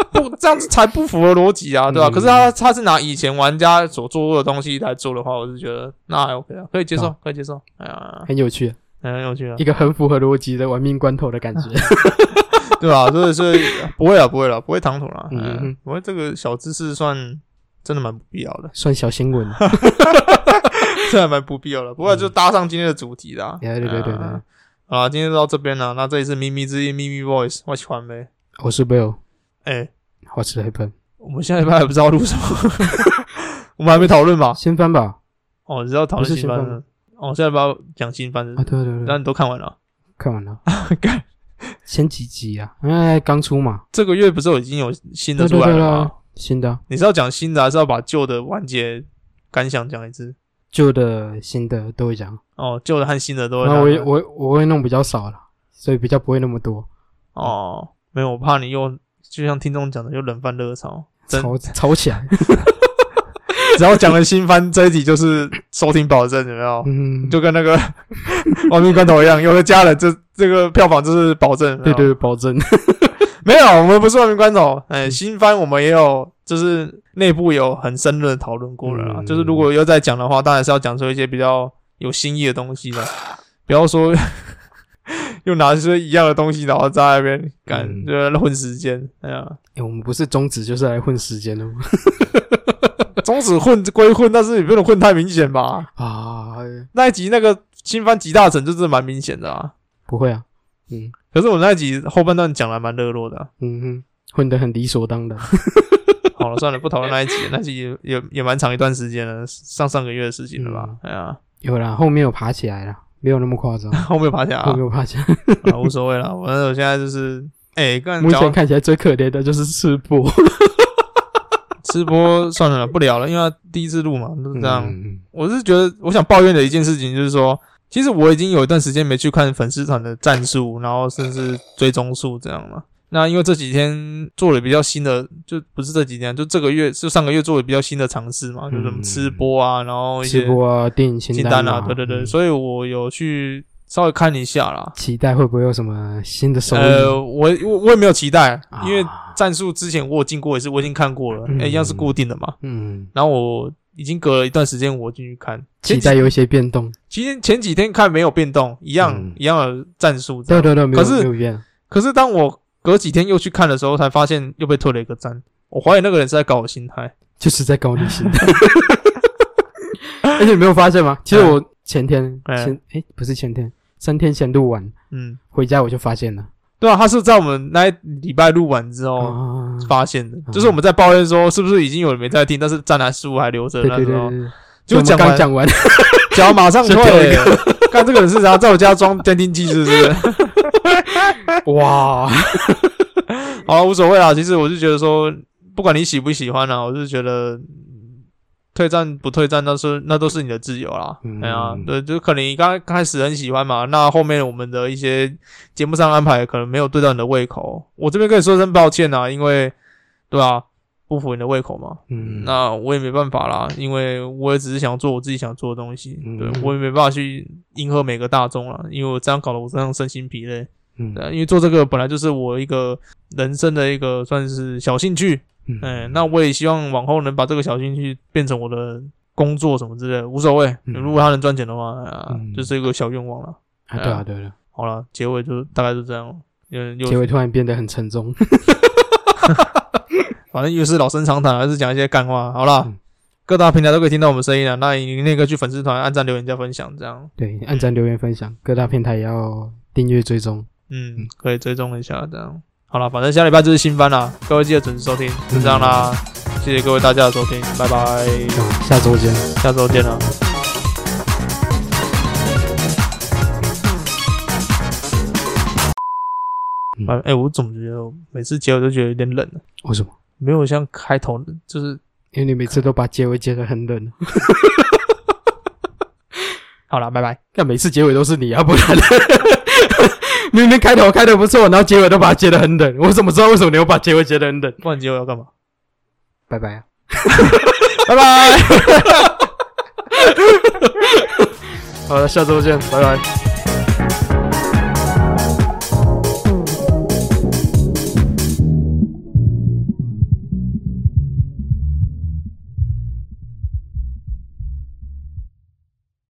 这样子才不符合逻辑啊，对吧？可是他是拿以前玩家所做过的东西来做的话，我是觉得那还 OK 啊，可以接受，可以接受。哎呀， 很有趣， 很有趣啊， 一个很符合逻辑的玩命关头的感觉， 对吧？所以不会啦，不会唐突啦。不过这个小知识算真的蛮不必要的， 算小新闻， 这还蛮不必要的。不过就搭上今天的主题啦。 对。 好啦，今天就到这边啦。那这里是咪咪之音咪咪 Voice， 我喜欢呗。 我是 Bill， 我是黑喷。 我们下礼拜还不知道录什么，我们还没讨论吧？ 新番吧？ 哦，你知道讨论新番了？哦，下礼拜要讲新番的。 对。 那你都看完了？ 看完了。前几集啊？刚出嘛。 这个月不是已经有新的出来了吗？ 新的。 你是要讲新的，还是要把旧的完结感想讲一次？ 旧的、新的都会讲。 哦，旧的和新的都会讲。 那我会弄比较少啦，所以比较不会那么多。 哦，没有，我怕你又就像听众讲的，又冷饭热炒， 吵起来。 只要讲了新番，这一集就是收听保证，有没有？就跟那个亡命关头一样，有的家人这个票房就是保证。 对，保证。 没有，我们不是亡命关头。新番我们也有，就是内部有很深入的讨论过了啦。就是如果又再讲的话，当然是要讲出一些比较有新意的东西的，不要说又拿出一样的东西，然后在那边就混时间。哎呀， 我们不是宗旨就是来混时间的吗？ 宗旨混归混，但是也不能混太明显吧？那一集那个新番集大成就是蛮明显的啊。 不会啊， 可是我那一集后半段讲得蛮热络的。 混得很理所当然。 好了，算了，不讨论那一集，那一集也蛮长一段时间了，上个月的事情了吧？哎呀， 有啦，后面有爬起来了，没有那么夸张。 后面有爬起来，无所谓啦。我现在就是目前看起来最可怜的就是吃播。 吃播算了，不聊了，因为他第一次录嘛，都是这样。我是觉得，我想抱怨的一件事情就是说，其实我已经有一段时间没去看粉丝团的战术，然后甚至追踪数这样嘛。那因为这几天做了比较新的，就不是这几天，就这个月，就上个月做了比较新的尝试嘛，就是什么吃播啊，然后一些吃播啊，电影清单啊，对，所以我有去稍微看一下啦。 期待会不会有什么新的收益？ 我也没有期待，因为战术之前我有进过一次，我已经看过了，一样是固定的嘛。然后我已经隔了一段时间，我进去看， 期待有一些变动。 其实前几天看没有变动，一样的战术。 对，没有变。 可是当我隔几天又去看的时候，才发现又被退了一个赞。我怀疑那个人是在搞我心态， 就是在搞你心态。而且你没有发现吗？其实我不是前天，3天前录完，回家我就发现了。对啊，他是在我们那礼拜录完之后发现的，就是我们在抱怨说是不是已经有人没在听，但是赞还数还留着那时候， 就刚讲完， 脚马上退。看这个人是啥，在我家装监听器是不是？哇，好，无所谓啦。其实我就觉得说，不管你喜不喜欢啦，我是觉得退战不退战，那都是你的自由啦。对，就可能你刚开始很喜欢嘛，那后面我们的一些节目上安排可能没有对到你的胃口，我这边跟你说声抱歉啦，因为对啊，不符你的胃口嘛。那我也没办法啦，因为我也只是想做我自己想做的东西。对，我也没办法去迎合每个大众啦，因为我这样搞得我这样身心疲累。因为做这个本来就是我一个人生的一个算是小兴趣。那我也希望往后能把这个小兴趣变成我的工作什么之类的，无所谓。如果他能赚钱的话，就是一个小愿望啦。 对了。 好了，结尾就大概就这样。 结尾突然变得很沉重。 反正又是老生常谈，还是讲一些干话。好啦，各大平台都可以听到我们声音了。那你那个去粉丝团按赞留言加分享，这样。 对，按赞留言分享，各大平台也要订阅追踪。 可以追踪一下，这样。好啦，反正下礼拜就是新番啦，各位记得准时收听，就这样啦。谢谢各位大家的收听，拜拜。 下周见啦。 我总觉得每次结尾都觉得有点冷了。 为什么？ 没有像开头的，就是因为你每次都把结尾结得很冷。 好啦，拜拜。 看每次结尾都是你啊，不然明明开头开得不错，然后结尾都把它结得很冷。我怎么知道为什么你要把结尾结得很冷？ 不然结尾要干嘛？ 拜拜啊。 拜拜。 好了，下周见，拜拜。